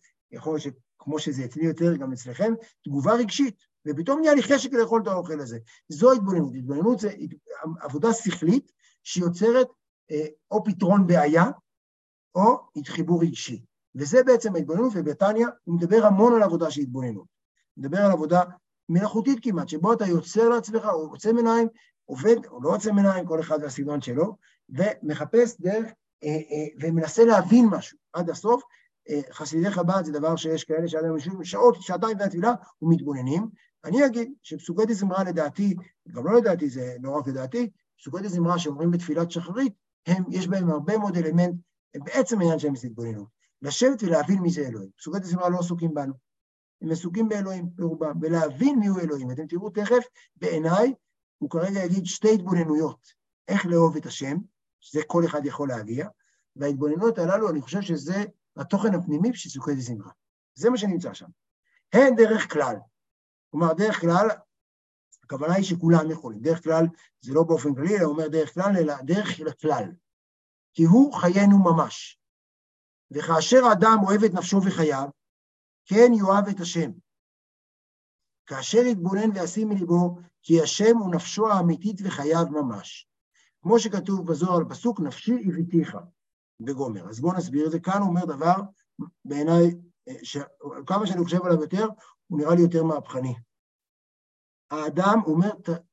כמו שזה אצלי יותר גם אצלכם, תגובה רגשית, ופתאום נהיה לי חשק לאכול את האוכל הזה. זו התבוננות. התבוננות זה עבודה שכלית שיוצרת או פתרון בעיה, או התחיבור רגשי. וזה בעצם ההתבוננות, ובתניא הוא מדבר המון על עבודה של התבוננות. הוא מדבר על עבודה מלאכותית כמעט, שבו אתה יוצר לעצמך, או עוצם עיניים, עובד, או לא עוצם עיניים, כל אחד והסגנון שלו, ומחפש דרך, ומנסה להבין משהו עד הסוף. חסידי חב"ד זה דבר שיש כאלה שעדיין משהו, שעות, שעתיים והתפילה, ומתבוננים. אני אגיד שפסוקי דזמרה לדעתי, גם לא לדעתי, זה לא רק לדעתי, פסוקי דזמרה שאומרים בתפילת שחרית, יש בהם הרבה מאוד אלמנט, בעצם העניין שהם התבוננות. לשבת ולהבין מי זה אלוהים. פסוקי דזמרה לא עסוקים בנו, הם עסוקים באלוהים, ברובם, ולהבין מיהו אלוהים. אתם תראו תכף, בעיניי, הוא כרגע יגיד שתי התבוננויות, איך לאהוב את השם, שזה כל אחד יכול להגיע, וההתבוננות הללו, אני חושב שזה התוכן הפנימי של פסוקי דזמרה. זה מה שנמצא שם. הן דרך כלל. כלומר, דרך כלל, הכוונה היא שכולם יכולים. דרך כלל, זה לא באופן כללי, אלא אומר דרך כלל, אלא דרך לכלל. כי הוא חיינו ממש. וכאשר האדם אוהב את נפשו וחייו, כן יאהב את השם. כאשר יתבונן וישים מליבו, כי השם הוא נפשו האמיתית וחייו ממש. כמו שכתוב בזוהר על פסוק, נפשי הביתיך בגומר. אז בואו נסביר את זה. כאן הוא אומר דבר, בעיניי, כמה שאני חושב עליו יותר, הוא נראה לי יותר מהפכני. האדם אומר,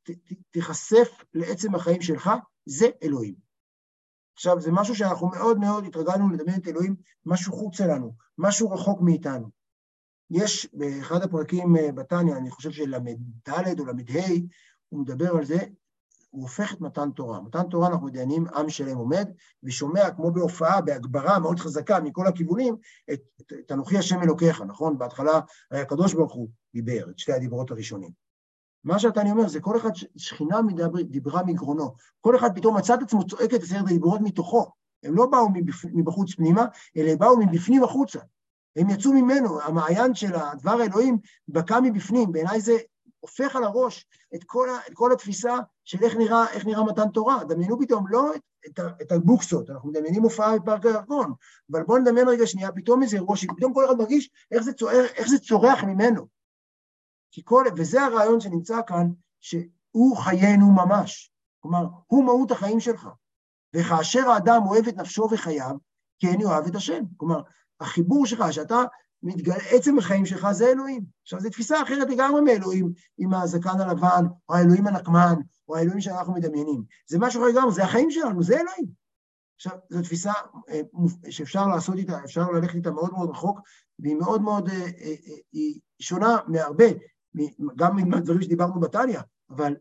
תחשף לעצם החיים שלך, זה אלוהים. עכשיו, זה משהו שאנחנו מאוד מאוד התרגלנו לדמיין את אלוהים, משהו חוץ לנו, משהו רחוק מאיתנו. יש באחד הפרקים בתניא, אני חושב שלמד ד' או למד ה', הוא מדבר על זה, הוא הופך את מתן תורה. מתן תורה אנחנו מדיינים, עם שלם עומד, ושומע כמו בהופעה, בהגברה מאוד חזקה מכל הכיוונים, את אנוכי השם אלוקיך, נכון? בהתחלה הקדוש ברוך הוא דיבר, את שתי הדיברות הראשונים. מה שאתה אני אומר, זה כל אחד שכינה דיברה מגרונו, כל אחד פתאום מצא את עצמו צועק את 10 הדיברות מתוכו, הם לא באו מבחוץ פנימה, אלא באו מבפנים החוצה, הם יצאו ממנו, המעיין של הדבר האלוהים בקע מבפנים, בעיניי זה הופך על הראש את כל התפיסה של איך נראה מתן תורה. דמיינו פתאום לא את הבוקסות, אנחנו מדמיינים הופעה בפארק הירקון, אבל בואו נדמיין רגע שנייה, פתאום איזה ראש, פתאום כל אחד מרגיש איך זה צורח ממנו. וזה הרעיון שנמצא כאן, שהוא חיינו ממש. כלומר, הוא מהות החיים שלך. וכאשר האדם אוהב את נפשו וחייו, כן יאהב את השם. כלומר, החיבור שלך, שאתה מתגלה, עצם החיים שלך זה אלוהים. עכשיו, זו תפיסה אחרת לגמרי מאלוהים, עם הזקן הלבן, או האלוהים הנקמן, או האלוהים שאנחנו מדמיינים. זה משהו אחר לגמרי, זה החיים שלנו, זה אלוהים. עכשיו, זו תפיסה שאפשר לעשות איתה, אפשר ללכת איתה מאוד מאוד רחוק, והיא מאוד מאוד, היא שונה מהרבה, גם מהדברים שדיברנו בתניא, אבל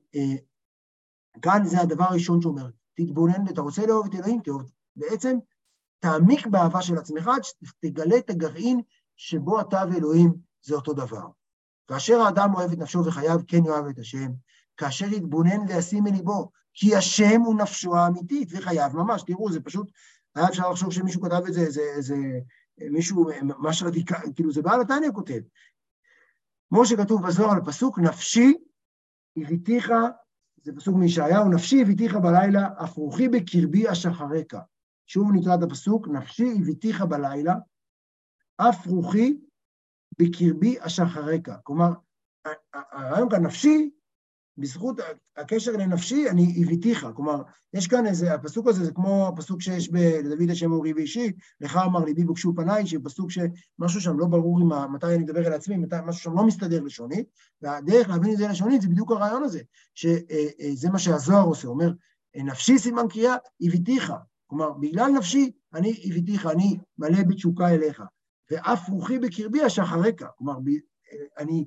כאן זה הדבר הראשון שאומר, תתבונן, ואתה רוצה לאהוב את אלוהים, בעצם תעמיק באהבה של עצמך, תגלה את הגרעין שבו אתה ואלוהים זה אותו דבר. כאשר האדם אוהב את נפשו וחייו, כן יאהב את השם, כאשר יתבונן וישים מליבו, כי השם הוא נפשו האמיתית וחייו ממש. תראו, זה פשוט, היה אפשר לחשוב שמישהו כתב את זה, מישהו ממש רדיקל, כאילו זה בעל התניא כותב. כמו שכתוב בזוהר על הפסוק, נפשי הביתיך, זה פסוק מישעיהו, נפשי הביתיך בלילה, אף רוחי בקרבי אשחריך. שוב נקרא את הפסוק, נפשי הביתיך בלילה, אף רוחי בקרבי אשחריך. כלומר, הרעיון כאן נפשי, בזכות הקשר לנפשי, אני הביתיך. כלומר, יש כאן איזה, הפסוק הזה זה כמו הפסוק שיש לדוד השם אורי ואישי, לך אמר ליבי בקשו פניי, שפסוק שמשהו שם לא ברור מתי אני מדבר אל עצמי, משהו שם לא מסתדר לשונית, והדרך להבין את זה לשונית זה בדיוק הרעיון הזה, שזה מה שהזוהר עושה, אומר, נפשי סימן קריאה, הביתיך. כלומר, בגלל נפשי, אני הביתיך, אני מלא בתשוקה אליך, ואף רוחי בקרבי אשחריך. כלומר, אני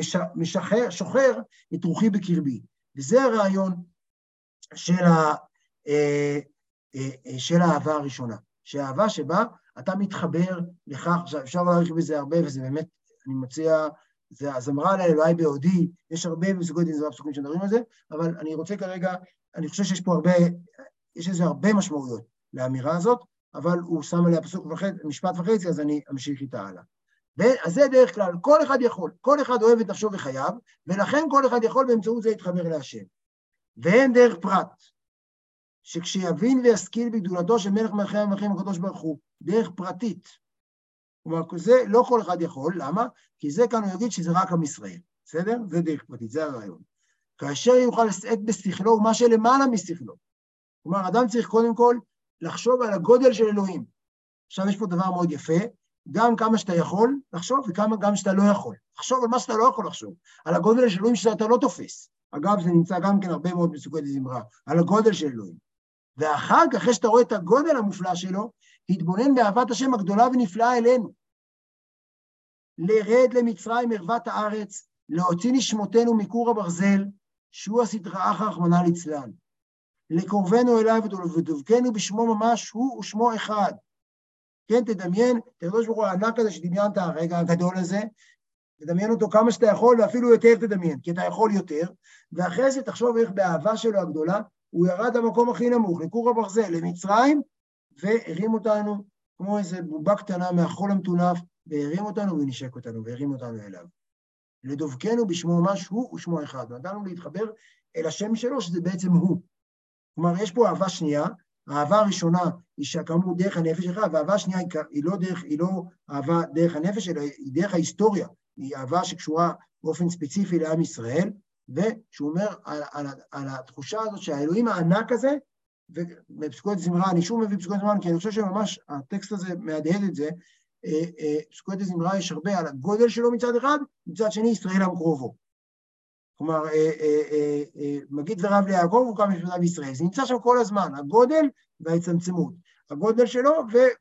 שוחר את רוחי בקרבי. וזה הרעיון של האהבה הראשונה. שהאהבה שבה אתה מתחבר לכך, אפשר להעריך בזה הרבה, וזה באמת, אני מציע, זה הזמרה לאלוהי בעודי, יש הרבה בסוגות דין, זה הפסוקים שמדברים על זה, אבל אני רוצה כרגע, אני חושב שיש פה הרבה, יש איזה הרבה משמעויות לאמירה הזאת, אבל הוא שם עליה משפט וחצי, אז אני אמשיך איתה הלאה. אז זה דרך כלל, כל אחד יכול, כל אחד אוהב את נפשו וחייו, ולכן כל אחד יכול באמצעות זה להתחבר להשם. ואין דרך פרט, שכשיבין וישכיל בגדולתו של מלך מלכי המלכים הקדוש ברוך הוא, דרך פרטית. כלומר, זה לא כל אחד יכול, למה? כי זה כאן הוא יגיד שזה רק עם ישראל, בסדר? זה דרך פרטית, זה הרעיון. כאשר יוכל לשאת בשכלו, ומה שלמעלה משכלו. כלומר, אדם צריך קודם כל לחשוב על הגודל של אלוהים. עכשיו יש פה דבר מאוד יפה, גם כמה שאתה יכול לחשוב, וכמה גם שאתה לא יכול. לחשוב על מה שאתה לא יכול לחשוב, על הגודל של אלוהים שאתה לא תופס. אגב, זה נמצא גם כן הרבה מאוד בסוגות הזמרה, על הגודל של אלוהים. ואחר כך, אחרי שאתה רואה את הגודל המופלא שלו, התבונן באהבת השם הגדולה ונפלאה אלינו. לרד למצרים ערוות הארץ, להוציא נשמותינו מכור הברזל, שהוא הסדרה אחר רחמנא ליצלן. לקרבנו אליו ודבקנו בשמו ממש, הוא ושמו אחד. כן, תדמיין, תקדוש ברוך הוא הענק הזה שדמיינת הרגע הגדול הזה, תדמיין אותו כמה שאתה יכול, ואפילו יותר תדמיין, כי אתה יכול יותר, ואחרי זה תחשוב איך באהבה שלו הגדולה, הוא ירד למקום הכי נמוך, לכור הברזל, למצרים, והרים אותנו, כמו איזה בובה קטנה מהחול המטונף, והרים אותנו ונשק אותנו, והרים אותנו אליו. לדבקנו בשמו ממש הוא ושמו אחד, ונתנו להתחבר אל השם שלו, שזה בעצם הוא. כלומר, יש פה אהבה שנייה, האהבה הראשונה היא שכאמור דרך הנפש שלך, והאהבה השנייה היא לא אהבה דרך הנפש, אלא היא דרך ההיסטוריה, היא אהבה שקשורה באופן ספציפי לעם ישראל, ושהוא אומר על התחושה הזאת שהאלוהים הענק הזה, ובפסוקות זמרה, אני שוב מביא פסוקות זמרה, כי אני חושב שממש הטקסט הזה מהדהד את זה, פסוקות זמרה יש הרבה על הגודל שלו מצד אחד, מצד שני ישראל עם קרובו. כלומר, מגיד דבריו ליעקב וקם משפטיו ישראל. זה נמצא שם כל הזמן, הגודל וההצטמצמות. הגודל שלו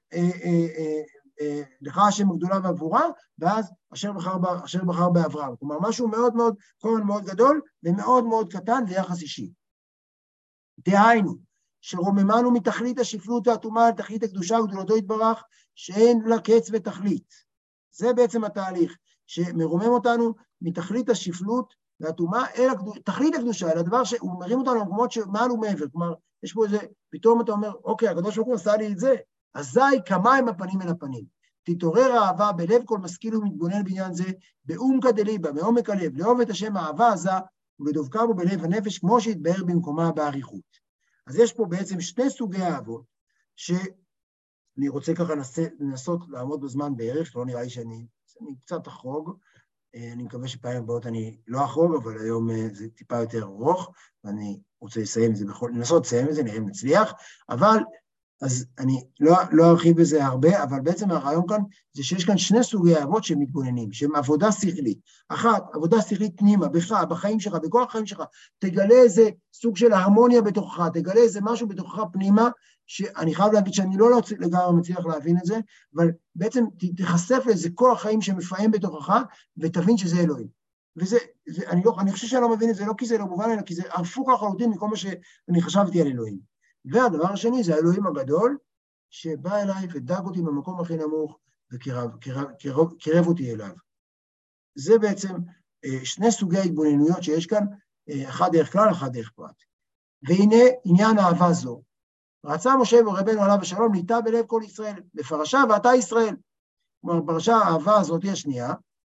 לך השם הגדולה והגבורה, ואז אשר בחר באברהם. כלומר, משהו מאוד מאוד, כמובן מאוד גדול, ומאוד מאוד קטן ויחס אישי. דהיינו, שרוממנו מתכלית השפלות והטומאה על תכלית הקדושה וגדולתו יתברך, שאין לה קץ ותכלית. זה בעצם התהליך, שמרומם אותנו מתכלית השפלות והטומאה אל תכלית הקדושה, אל הדבר שהוא מרים אותנו למקומות שמעל ומעבר. כלומר, יש פה איזה, פתאום אתה אומר, אוקיי, הקדוש ברוך הוא עשה לי את זה, אזי כמה הם הפנים אל הפנים. תתעורר האהבה בלב כל משכיל ומתבונן בעניין זה, בעומקא דליבא, מעומק הלב, לאהוב את השם האהבה עזה, ולדבקה בו בלב הנפש, כמו שהתבאר במקומה באריכות. אז יש פה בעצם שני סוגי אהבות, שאני רוצה ככה לנסות לעמוד בזמן בערך, לא נראה לי שאני קצת אחרוג, אני מקווה שפעמים הבאות אני לא אחרוג, אבל היום זה טיפה יותר ארוך, ואני רוצה לסיים את זה, לנסות לסיים את זה, נראה אם נצליח, אבל אז אני לא ארחיב בזה הרבה, אבל בעצם הרעיון כאן זה שיש כאן שני סוגי אהבות שמתבוננים, שהם עבודה שכלית. אחת, עבודה שכלית פנימה, בך, בחיים שלך, בכל החיים שלך, תגלה איזה סוג של הרמוניה בתוכך, תגלה איזה משהו בתוכך פנימה, שאני חייב להגיד שאני לא לגמרי מצליח להבין את זה, אבל בעצם תחשף לאיזה כוח חיים שמפעם בתוכך, ותבין שזה אלוהים. וזה, אני חושב שאני לא מבין את זה, לא כי זה לא מובן, אלא כי זה הפוך לחלוטין מכל מה שאני חשבתי על אלוהים. והדבר השני זה האלוהים הגדול, שבא אליי ודג אותי במקום הכי נמוך, וקירב אותי אליו. זה בעצם שני סוגי ההתבוננויות שיש כאן, אחד דרך כלל, אחד דרך פרט. והנה עניין אהבה זו. רצה משה ורבנו עליו השלום, ניטע בלב כל ישראל, בפרשה ואתה ישראל. כלומר, פרשה האהבה הזאת היא השנייה,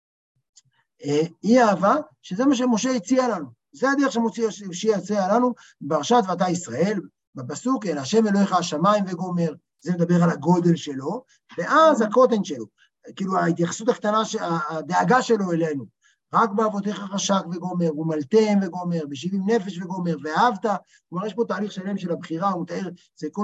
היא אהבה, שזה מה שמשה הציע לנו. זה הדרך שמשה הציע לנו, בפרשת ואתה ישראל, בפסוק, אל השם אלוהיך השמיים וגומר, זה מדבר על הגודל שלו, ואז הקוטן שלו, כאילו ההתייחסות הקטנה, הדאגה שלו אלינו, רק באבותיך חשק וגומר, ומלתם וגומר, בשבעים נפש וגומר, ואהבת, כלומר יש פה תהליך שלם של הבחירה, הוא מתאר, זה כל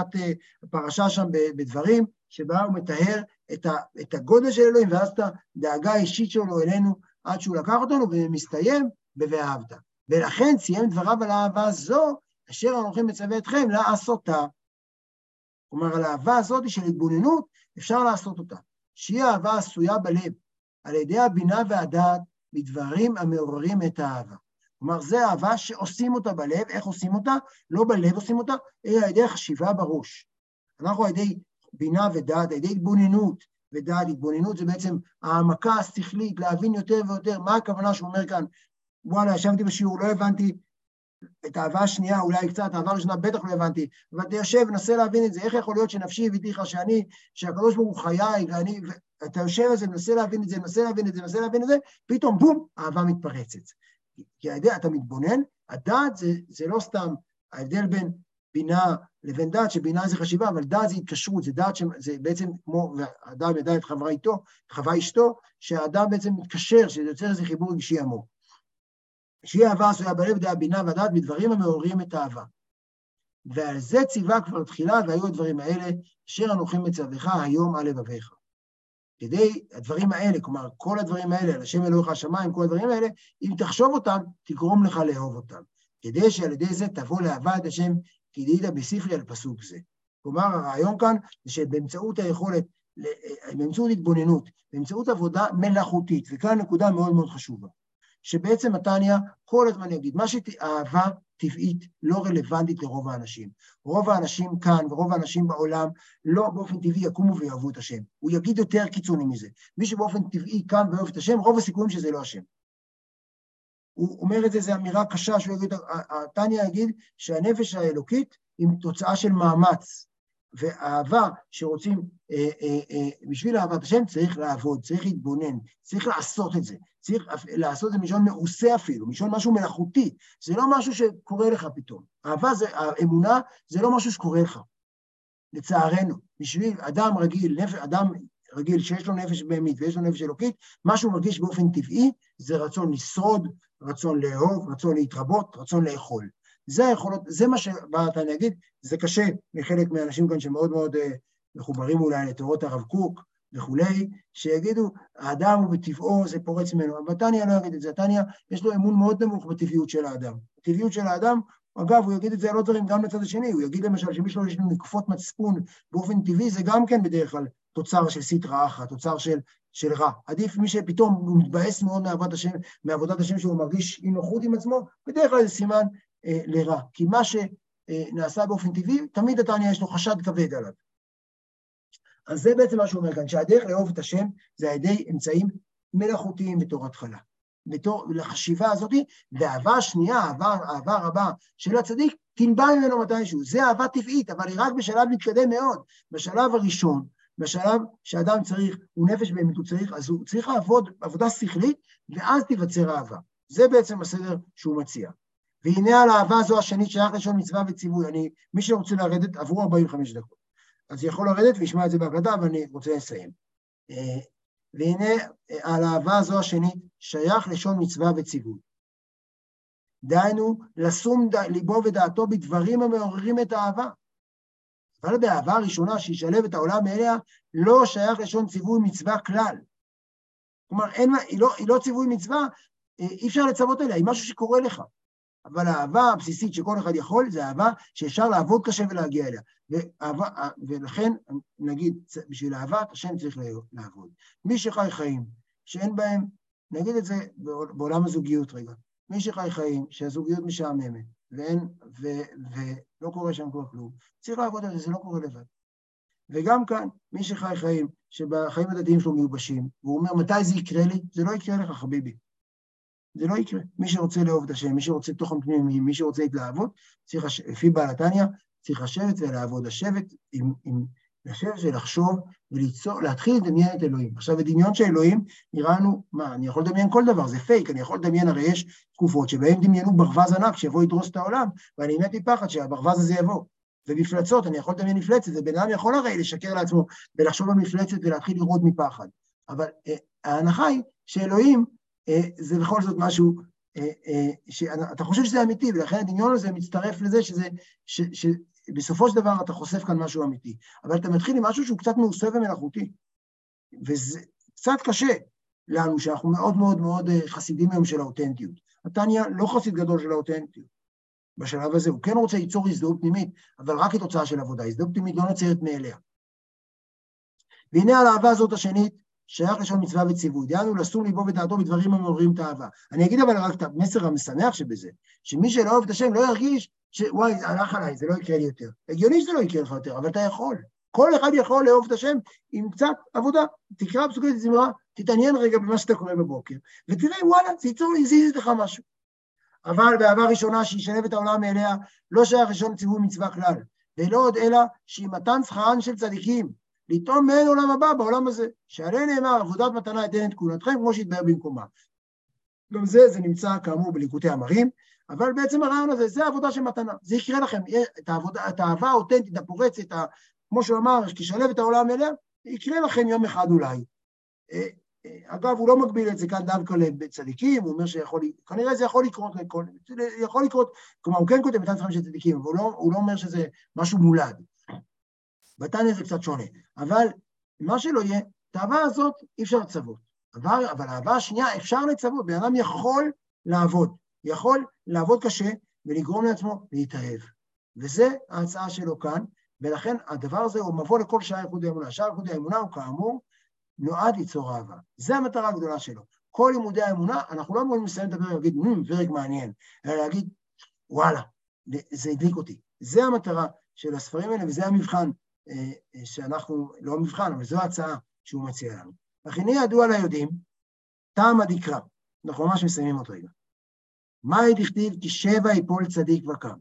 פרשה שם בדברים, שבה הוא מתאר את הגודל של אלוהים, ואז את הדאגה האישית שלו אלינו, עד שהוא לקח אותנו, ומסתיים ב"ואהבת". ולכן סיים דבריו על האהבה זו, אשר אנוכי מצווה אתכם לעשותה. כלומר, על האהבה הזאת של התבוננות, אפשר לעשות אותה. שהיא אהבה עשויה בלב, על ידי הבינה והדעת, בדברים המעוררים את האהבה. כלומר, זה אהבה שעושים אותה בלב. איך עושים אותה? לא בלב עושים אותה, אלא על ידי חשיבה בראש. אנחנו על ידי בינה ודעת, על ידי התבוננות ודעת. התבוננות זה בעצם העמקה השכלית, להבין יותר ויותר מה הכוונה שהוא אומר כאן. וואלה, ישבתי בשיעור, לא הבנתי את האהבה השנייה, אולי קצת, האהבה הראשונה בטח לא הבנתי, אבל אתה יושב ונסה להבין את זה, איך יכול להיות שנפשי הביתיך שהקדוש ברוך הוא חיי, ואתה יושב על זה, מנסה להבין את זה, מנסה להבין את זה, פתאום בום, האהבה מתפרצת. כי הידע, אתה מתבונן, הדעת זה לא סתם ההבדל בין בינה לבין דעת, שבינה זה חשיבה, אבל דעת זה התקשרות, זה דעת שזה בעצם כמו, והאדם ידע את חווה אשתו, שהאדם בעצם מתקשר, שזה יוצר איזה חיבור רגשי עמוק. שהיא אהבה עשויה בלב דעה בינה ודעת בדברים המעוררים את האהבה. ועל זה ציווה כבר תחילה, והיו הדברים האלה, אשר אנוכי מצווך היום על לבביך. כדי הדברים האלה, כלומר, כל הדברים האלה, על השם אלוהיך השמיים, כל הדברים האלה, אם תחשוב אותם, תגרום לך לאהוב אותם. כדי שעל ידי זה תבוא לאהבה את השם, כי דהית בספרי על פסוק זה. כלומר, הרעיון כאן, זה שבאמצעות היכולת, באמצעות התבוננות, באמצעות עבודה מלאכותית, וכאן נקודה מאוד מאוד חשובה. שבעצם התניא כל הזמן יגיד, מה שאהבה טבעית לא רלוונטית לרוב האנשים. רוב האנשים כאן ורוב האנשים בעולם לא באופן טבעי יקומו ויאהבו את השם. הוא יגיד יותר קיצוני מזה. מי שבאופן טבעי קם ואוהב את השם, רוב הסיכויים שזה לא השם. הוא אומר את זה, זו אמירה קשה, שהוא יגיד, התניא יגיד שהנפש האלוקית היא תוצאה של מאמץ. ואהבה שרוצים, בשביל אהבת השם צריך לעבוד, צריך להתבונן, צריך לעשות את זה, צריך לעשות את זה משון מעושה אפילו, משון משהו מלאכותי, זה לא משהו שקורה לך פתאום. אהבה, האמונה, זה לא משהו שקורה לך. לצערנו, בשביל אדם רגיל שיש לו נפש בהמית ויש לו נפש אלוקית, מה שהוא מרגיש באופן טבעי, זה רצון לשרוד, רצון לאהוב, רצון להתרבות, רצון לאכול. זה היכולות, זה מה שבאתה נגיד, זה קשה לחלק מהאנשים כאן שמאוד מאוד מחוברים אולי לתורות הרב קוק וכולי, שיגידו, האדם הוא בטבעו, זה פורץ ממנו, אבל תניא לא יגיד את זה, תניא יש לו אמון מאוד נמוך בטבעיות של האדם. הטבעיות של האדם, אגב, הוא יגיד את זה על עוד דברים גם לצד השני, הוא יגיד למשל שמישהו יש לו נקפות מצפון באופן טבעי, זה גם כן בדרך כלל תוצר של סטרא אחרא, תוצר של רע. עדיף מי שפתאום הוא מתבאס מאוד מעבודת השם שהוא מרגיש אי נוחות עם עצמו, בדרך כלל זה סימן לרע, כי מה שנעשה באופן טבעי, תמיד התניא יש לו חשד כבד עליו. אז זה בעצם מה שהוא אומר כאן, שהדרך לאהוב את השם, זה על ידי אמצעים מלאכותיים בתור התחלה. בתור לחשיבה הזאת, והאהבה השנייה, האהבה הרבה של הצדיק, תנבע ממנו מתישהו. זה אהבה טבעית, אבל היא רק בשלב מתקדם מאוד. בשלב הראשון, בשלב שאדם צריך, הוא נפש באמת, הוא צריך, אז הוא צריך לעבוד עבודה שכלית, ואז תיווצר אהבה. זה בעצם הסדר שהוא מציע. והנה על האהבה הזו השנית שייך לשון מצווה וציווי. מי שרוצה לרדת, עברו 45 דקות. אז יכול לרדת וישמע את זה בהקלטה, ואני רוצה לסיים. והנה על האהבה הזו השנית שייך לשון מצווה וציווי. דהיינו, לשום ליבו ודעתו בדברים המעוררים את האהבה. אבל באהבה הראשונה שישלב את העולם מאליה, לא שייך לשון ציווי מצווה כלל. כלומר, היא לא ציווי מצווה, אי אפשר לצוות אליה, היא משהו שקורה לך. אבל האהבה הבסיסית שכל אחד יכול, זה אהבה שאפשר לעבוד קשה ולהגיע אליה. ולכן, נגיד, בשביל אהבת השם צריך לעבוד. מי שחי חיים, שאין בהם, נגיד את זה בעולם הזוגיות רגע, מי שחי חיים, שהזוגיות משעממת, ולא קורה שם כלום, צריך לעבוד על זה, זה לא קורה לבד. וגם כאן, מי שחי חיים, שבחיים הדתיים שלו מיובשים, והוא אומר, מתי זה יקרה לי? זה לא יקרה לך, חביבי. זה לא יקרה. מי שרוצה לאהוב את השם, מי שרוצה תוכן פנימי, מי שרוצה להתלהבות, לפי בעל התניא, צריך לשבת ולעבוד. לשבת ולחשוב וליצור, להתחיל לדמיין את אלוהים. עכשיו, הדמיון של אלוהים נראה לנו, מה, אני יכול לדמיין כל דבר, זה פייק, אני יכול לדמיין, הרי יש תקופות שבהם דמיינו ברווז ענק שיבוא ידרוס את העולם, ואני מת מפחד שהברווז הזה יבוא. ומפלצות, אני יכול לדמיין מפלצת, ובן אדם יכול הרי לשקר לעצמו ולחשוב על מפלצת ולהתחיל לראות מפחד. אבל ההנחה היא שאלוהים, זה בכל זאת משהו, שאתה חושב שזה אמיתי, ולכן הדמיון הזה מצטרף לזה שבסופו של דבר אתה חושף כאן משהו אמיתי, אבל אתה מתחיל עם משהו שהוא קצת מעושה ומלאכותי, וזה קצת קשה לנו, שאנחנו מאוד מאוד מאוד חסידים היום של האותנטיות. התניא לא חסיד גדול של האותנטיות, בשלב הזה הוא כן רוצה ליצור הזדהות פנימית, אבל רק כתוצאה של עבודה, הזדהות פנימית לא נוצרת מאליה. והנה על האהבה הזאת השנית, שייך לשון מצווה וציווי, דהיינו לשום ליבו ודעתו בדברים המעוררים את האהבה. אני אגיד אבל רק את המסר המשמח שבזה, שמי שלא אוהב את השם לא ירגיש שוואי, הלך עליי, זה לא יקרה לי יותר. הגיוני שזה לא יקרה לך יותר, אבל אתה יכול. כל אחד יכול לאהוב את השם עם קצת עבודה. תקרא פסוקי זמרה, תתעניין רגע במה שאתה קורא בבוקר, ותראה, וואלה, זה יזיז לך משהו. אבל באהבה ראשונה שישלב את העולם מאליה, לא שייך לשון ציווי מצווה כלל, ולא עוד אלא שהיא מתן שכרן של צדיקים, לטעום מעין עולם הבא בעולם הזה, שעליהם נאמר, עבודת מתנה אתן את כהונתכם, כמו שהתבאר במקומה. גם זה נמצא כאמור בליקוטי אמרים, אבל בעצם הרעיון הזה, זה העבודה של מתנה. זה יקרה לכם, את האהבה האותנטית, הפורצת, כמו שהוא אמר, שתשלב את העולם אליה, יקרה לכם יום אחד אולי. אגב, הוא לא מגביל את זה כאן דווקא לצדיקים, הוא אומר כנראה זה יכול לקרות לכל, יכול לקרות, כלומר, הוא כן כותב מתן שכרם של צדיקים, אבל הוא לא אומר שזה משהו מולד. בתניא זה קצת שונה, אבל מה שלא יהיה, את האהבה הזאת אי אפשר לצוות, אבל האהבה השנייה אפשר לצוות, בן אדם יכול לעבוד קשה ולגרום לעצמו להתאהב, וזה ההצעה שלו כאן, ולכן הדבר הזה הוא מבוא לכל שער ייחוד האמונה. שער ייחוד האמונה הוא כאמור נועד ליצור אהבה, זה המטרה הגדולה שלו. כל לימודי האמונה, אנחנו לא אמורים לסיים לדבר ולהגיד, פרק מעניין, אלא להגיד, וואלה, זה הדליק אותי. זה המטרה של הספרים האלה, וזה המבחן שאנחנו, לא מבחן, אבל זו ההצעה שהוא מציע לנו. אך הנה ידוע ליודעים, טעם הדקרא, אנחנו ממש מסיימים עוד רגע. מה דכתיב? כי 7 יפול צדיק וקם.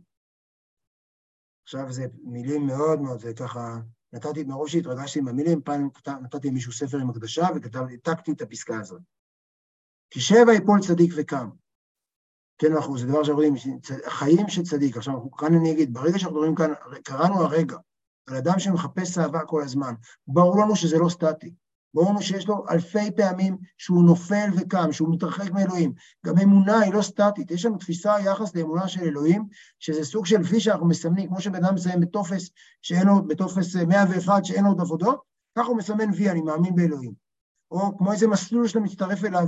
עכשיו זה מילים מאוד מאוד, זה ככה, נתתי מרוב שהתרגשתי עם המילים, פעם נתתי מישהו ספר עם הקדשה, והעתקתי את הפסקה הזאת. כי 7 יפול צדיק וקם. כן, זה דבר שאנחנו יודעים, חיים של צדיק. עכשיו, כאן אני אגיד, ברגע שאנחנו מדברים כאן, קראנו הרגע, על אדם שמחפש אהבה כל הזמן, ברור לנו שזה לא סטטי, ברור לנו שיש לו אלפי פעמים שהוא נופל וקם, שהוא מתרחק מאלוהים, גם אמונה היא לא סטטית, יש לנו תפיסה יחס לאמונה של אלוהים, שזה סוג של וי שאנחנו מסמנים, כמו שבן אדם מסיים בטופס 101 שאין עוד עבודות, כך הוא מסמן וי, אני מאמין באלוהים, או כמו איזה מסלול שאתה מצטרף אליו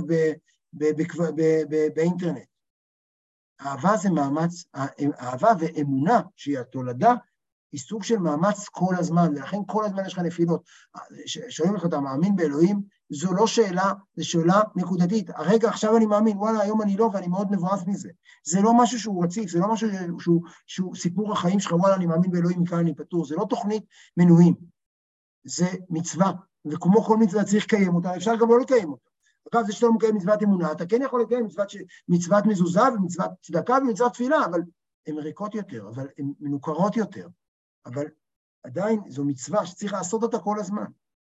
באינטרנט. אהבה זה מאמץ, אהבה ואמונה שהיא התולדה, היא סוג של מאמץ כל הזמן, ולכן כל הזמן יש לך נפילות. שואלים לך, אתה מאמין באלוהים? זו לא שאלה, זו שאלה נקודתית. הרגע, עכשיו אני מאמין, וואלה, היום אני לא, ואני מאוד מבואס מזה. זה לא משהו שהוא רציף, זה לא משהו שהוא סיפור החיים שלך, וואלה, אני מאמין באלוהים, מכאן אני פטור. זה לא תוכנית מנויים. זה מצווה, וכמו כל מצווה צריך לקיים אותה, אפשר גם לא לקיים אותה. אגב, זה שאתה לא מקיים מצוות אמונה, אתה כן יכול לקיים מצוות מזוזה, ומצוות צדקה ומצוות תפילה, אבל הן ריקות יותר, אבל הן מנוכרות יותר. אבל עדיין זו מצווה שצריך לעשות אותה כל הזמן.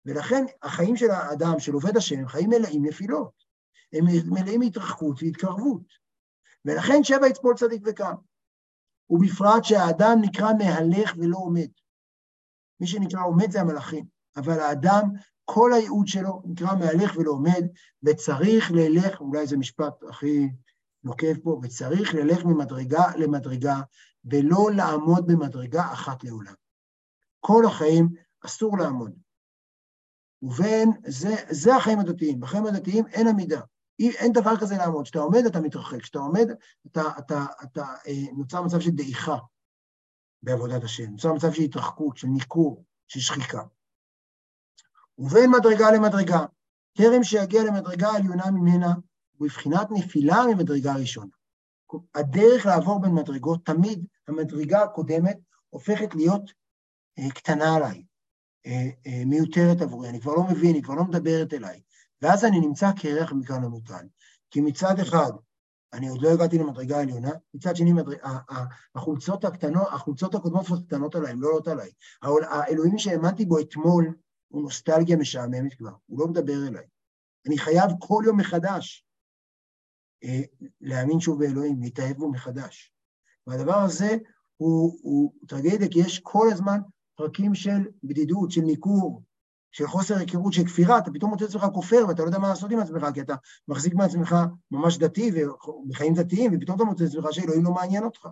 ולכן החיים של האדם, של עובד השם, הם חיים מלאים נפילות. הם מלאים התרחקות והתקרבות. ולכן 7 יצפול צדיק וקם. ובפרט שהאדם נקרא מהלך ולא עומד. מי שנקרא עומד זה המלאכים. אבל האדם, כל הייעוד שלו נקרא מהלך ולא עומד, וצריך ללך, אולי זה משפט הכי נוקב פה, וצריך ללך ממדרגה למדרגה, ולא לעמוד במדרגה אחת לעולם. כל החיים אסור לעמוד. ובין, זה החיים הדתיים. בחיים הדתיים אין עמידה. אין דבר כזה לעמוד. כשאתה עומד, אתה מתרחק. כשאתה עומד, אתה נוצר מצב של דעיכה בעבודת השם. נוצר מצב של התרחקות, של ניכור, של שחיקה. ובין מדרגה למדרגה, טרם שיגיע למדרגה העליונה ממנה, ובבחינת נפילה ממדרגה ראשונה. הדרך לעבור בין מדרגות, תמיד המדרגה הקודמת הופכת להיות קטנה עליי, מיותרת עבורי, אני כבר לא מבין, היא כבר לא מדברת אליי, ואז אני נמצא כערך מכאן למותן, כי מצד אחד, אני עוד לא הגעתי למדרגה העליונה, מצד שני, החולצות הקודמות קטנות עליי, הן לא עולות עליי, האלוהים שהאמנתי בו אתמול, הוא נוסטלגיה משעממת כבר, הוא לא מדבר אליי, אני חייב כל יום מחדש, להאמין שוב באלוהים, להתאהב בו מחדש, והדבר הזה הוא טרגדיה, כי יש כל הזמן פרקים של בדידות, של ניכור, של חוסר היכרות, של כפירה, אתה פתאום מוצא עצמך כופר, ואתה לא יודע מה לעשות עם עצמך, כי אתה מחזיק מעצמך ממש דתי, ובחיים דתיים, ופתאום אתה מוצא עצמך שאלוהים לא מעניין אותך.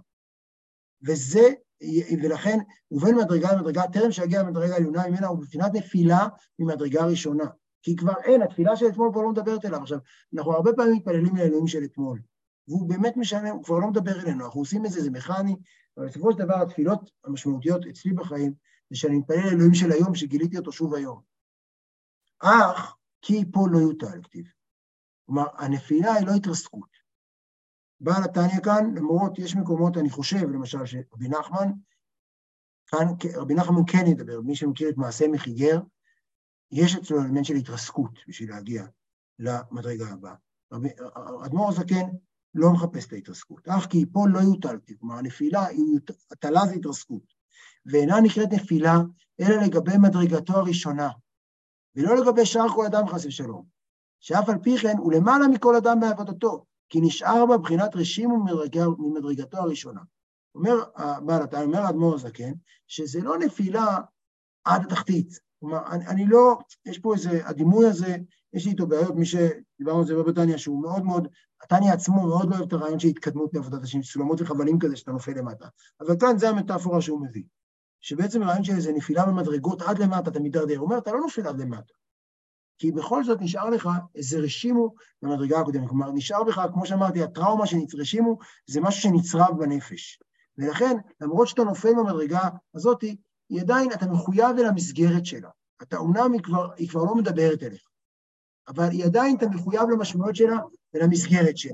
ולכן, ובין מדרגה למדרגה, טרם שהגיע למדרגה העליונה ממנה, הוא בבחינת נפילה ממדרגה ראשונה. כי כבר אין, התפילה של אתמול כבר לא מדברת אליו. עכשיו, אנחנו הרבה פעמים מתפללים לאלוהים של אתמול, והוא באמת משעמם, הוא כבר לא מדבר אלינו, אנחנו עושים את זה, זה מכני, אבל בסופו של דבר, התפילות המשמעותיות אצלי בחיים, זה שאני מתפלל לאלוהים של היום, שגיליתי אותו שוב היום. אך, כי פה לא יוטל כתיב. כלומר, הנפילה היא לא התרסקות. בעל התניא כאן, למרות יש מקומות, אני חושב, למשל, שרבי נחמן, כאן, רבי נחמן כן ידבר, מי שמכיר את מעשה מחיגר, יש אצלו אלמנט של התרסקות בשביל להגיע למדרגה הבאה. אדמו"ר הזקן לא מחפש את ההתרסקות, אך כי פה לא יוטל כתיב. כלומר, הנפילה, הטלה זה התרסקות. ואינה נקראת נפילה, אלא לגבי מדרגתו הראשונה, ולא לגבי שאר כל אדם חס ושלום, שאף על פי כן הוא למעלה מכל אדם בעבודתו, כי נשאר בה בחינת רשים ממדרגתו הראשונה. אומר האדמו"ר הזקן, שזה לא נפילה עד התחתית. כלומר, אני לא, יש פה איזה, הדימוי הזה, יש לי איתו בעיות, מי שדיברנו על זה בבתניא, שהוא מאוד מאוד, התניא עצמו מאוד לא אוהב את הרעיון של התקדמות בעבודת השם, סולמות וחבלים כזה שאתה נופל למטה. אבל כאן זה המטאפורה שהוא מביא. שבעצם הרעיון של איזה נפילה במדרגות עד למטה, אתה מתדרדר. הוא אומר, אתה לא נופל עד למטה. כי בכל זאת נשאר לך איזה רשימו במדרגה הקודמת. כלומר, נשאר בך, כמו שאמרתי, הטראומה שנרשימו, זה משהו שנצרב בנפש. ולכן, למרות שאתה נופל במדרגה הזאת, היא עדיין, אתה מחויב אל המסגרת שלה. אתה אומנם היא כבר לא מדברת אליך, אבל היא עדיין, אתה מחויב למשמעות שלה ולמסגרת שלה.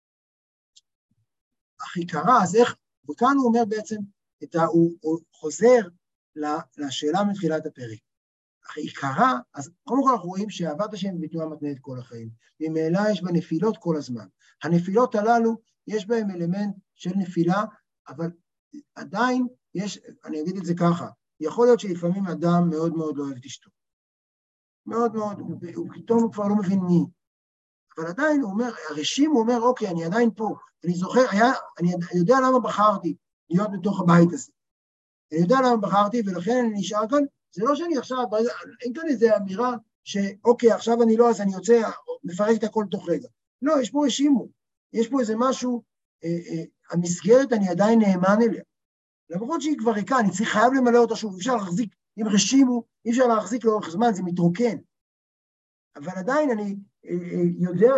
אך עיקרה, אז איך, וכאן הוא אומר בעצם, הוא חוזר לשאלה מתחילת הפרק. אך עיקרה, אז קודם כל אנחנו רואים שאהבת השם בתנועה מתנהלת כל החיים, וממילא יש בה נפילות כל הזמן. הנפילות הללו, יש בהן אלמנט של נפילה, אבל עדיין יש, אני אגיד את זה ככה, יכול להיות שלפעמים אדם מאוד מאוד לא אוהב את אשתו. מאוד מאוד, ופתאום הוא כבר לא מבין מי. אבל עדיין הוא אומר, הרשים הוא אומר, אוקיי, אני עדיין פה. אני זוכר, אני יודע למה בחרתי להיות בתוך הבית הזה. אני יודע למה בחרתי, ולכן אני נשאר כאן. זה לא שאני עכשיו, אין כאן איזו אמירה שאוקיי, עכשיו אני לא, אז אני יוצא, מפרק את הכל תוך רגע. לא, יש פה רשימו. יש פה איזה משהו, המסגרת אני עדיין נאמן אליה. למרות שהיא כבר ריקה, אני חייב למלא אותה שוב, אפשר להחזיק, אם רשימו, אי אפשר להחזיק לאורך זמן, זה מתרוקן. אבל עדיין אני יודע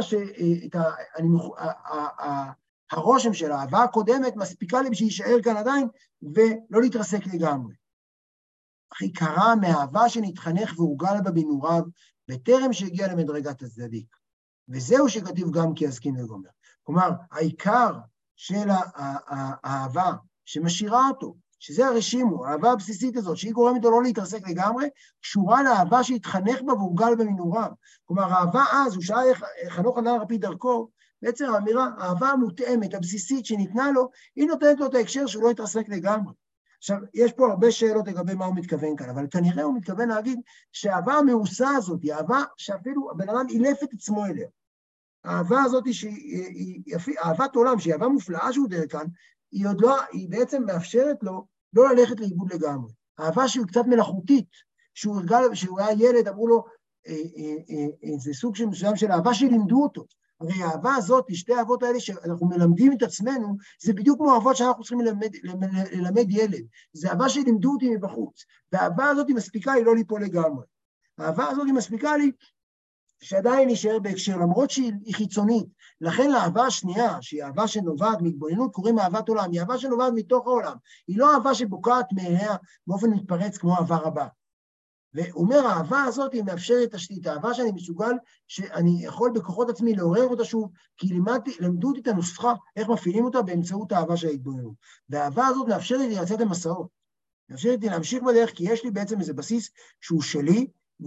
שהרושם של האהבה הקודמת מספיקה לי בשביל להישאר כאן עדיין, ולא להתרסק לגמרי. אך עיקרה מהאהבה שנתחנך והורגל בה בנעוריו, בטרם שהגיע למדרגת הצדיק. וזהו שכתיב גם כי יזקין וגומר. כלומר, העיקר של האהבה שמשאירה אותו, שזה הרשימו, האהבה הבסיסית הזאת, שהיא גורמת לו לא להתרסק לגמרי, קשורה לאהבה שהתחנך בה והורגל במנעוריו. כלומר, האהבה אז, הוא שאל חנוך הנער על פי דרכו, בעצם האמירה, האהבה המותאמת, הבסיסית שניתנה לו, היא נותנת לו את ההקשר שהוא לא יתרסק לגמרי. עכשיו, יש פה הרבה שאלות לגבי מה הוא מתכוון כאן, אבל כנראה הוא מתכוון להגיד שהאהבה המאוסה הזאת, היא אהבה שאפילו הבן אדם אילף את עצמו אליה. האהבה הזאת שהיא אהבת עולם, שהיא אהבה מופלאה שהוא דרך כאן, היא עוד לא, היא בעצם מאפשרת לו לא ללכת לאיבוד לגמרי. אהבה שהיא קצת מלאכותית, שהוא היה ילד, אמרו לו, זה סוג מסוים של אהבה שלימדו אותו. הרי האהבה הזאת, שתי האהבות האלה שאנחנו מלמדים את עצמנו, זה בדיוק כמו אהבות שאנחנו צריכים ללמד ילד. זה אהבה שלימדו אותי מבחוץ. והאהבה הזאת היא מספיקה לי לא ליפול לגמרי. האהבה הזאת היא מספיקה לי שעדיין נשאר בהקשר, למרות שהיא חיצונית. לכן לאהבה השנייה, שהיא אהבה שנובעת מהתבוננות, קוראים אהבת עולם. היא אהבה שנובעת מתוך העולם. היא לא אהבה שבוקעת מעיה באופן מתפרץ כמו אהבה רבה. והוא אומר, האהבה הזאת היא מאפשרת תשתית, האהבה שאני מסוגל, שאני יכול בכוחות עצמי לעורר אותה שוב, כי למדו אותי את הנוסחה, איך מפעילים אותה באמצעות האהבה של ההתבוננות. והאהבה הזאת מאפשרת לי לצאת למסעות, מאפשרת לי להמשיך בדרך, כי יש לי בעצם איזה בסיס שהוא שלי,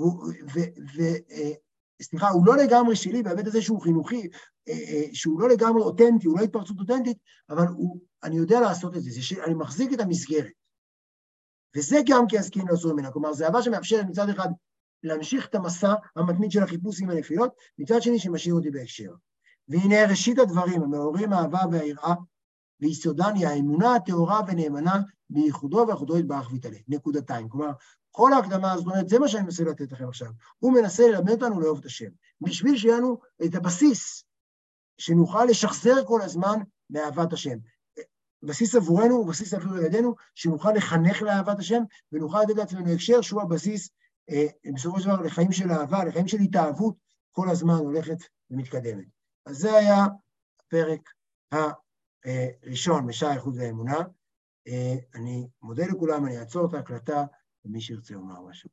סליחה, הוא לא לגמרי שלי, בהיבט הזה שהוא חינוכי, שהוא לא לגמרי אותנטי, הוא לא התפרצות אותנטית, אבל אני יודע לעשות את זה, אני מחזיק את המסגרת. וזה גם כי הזקנים לא עשו ממנה, כלומר, זה אהבה שמאפשרת מצד אחד להמשיך את המסע המתמיד של החיפוש עם הנפילות, מצד שני שמשאיר אותי בהקשר. והנה ראשית הדברים, המעוררים האהבה והיראה, ויסודן היא האמונה הטהורה ונאמנה בייחודו ואחודו יתברך ויתעלה. נקודתיים. כלומר, כל ההקדמה הזאת, זה מה שאני מנסה לתת לכם עכשיו. הוא מנסה ללמד אותנו לאהוב את השם, בשביל שיהיה לנו את הבסיס, שנוכל לשחזר כל הזמן מאהבת השם. בסיס עבורנו הוא בסיס אפילו לידינו, שנוכל לחנך לאהבת השם, ונוכל לתת לעצמנו הקשר שהוא הבסיס, בסופו של דבר, לחיים של אהבה, לחיים של התאהבות, כל הזמן הולכת ומתקדמת. אז זה היה הפרק הראשון משער איכות והאמונה. אני מודה לכולם, אני אעצור את ההקלטה, ומי שירצה אומר משהו.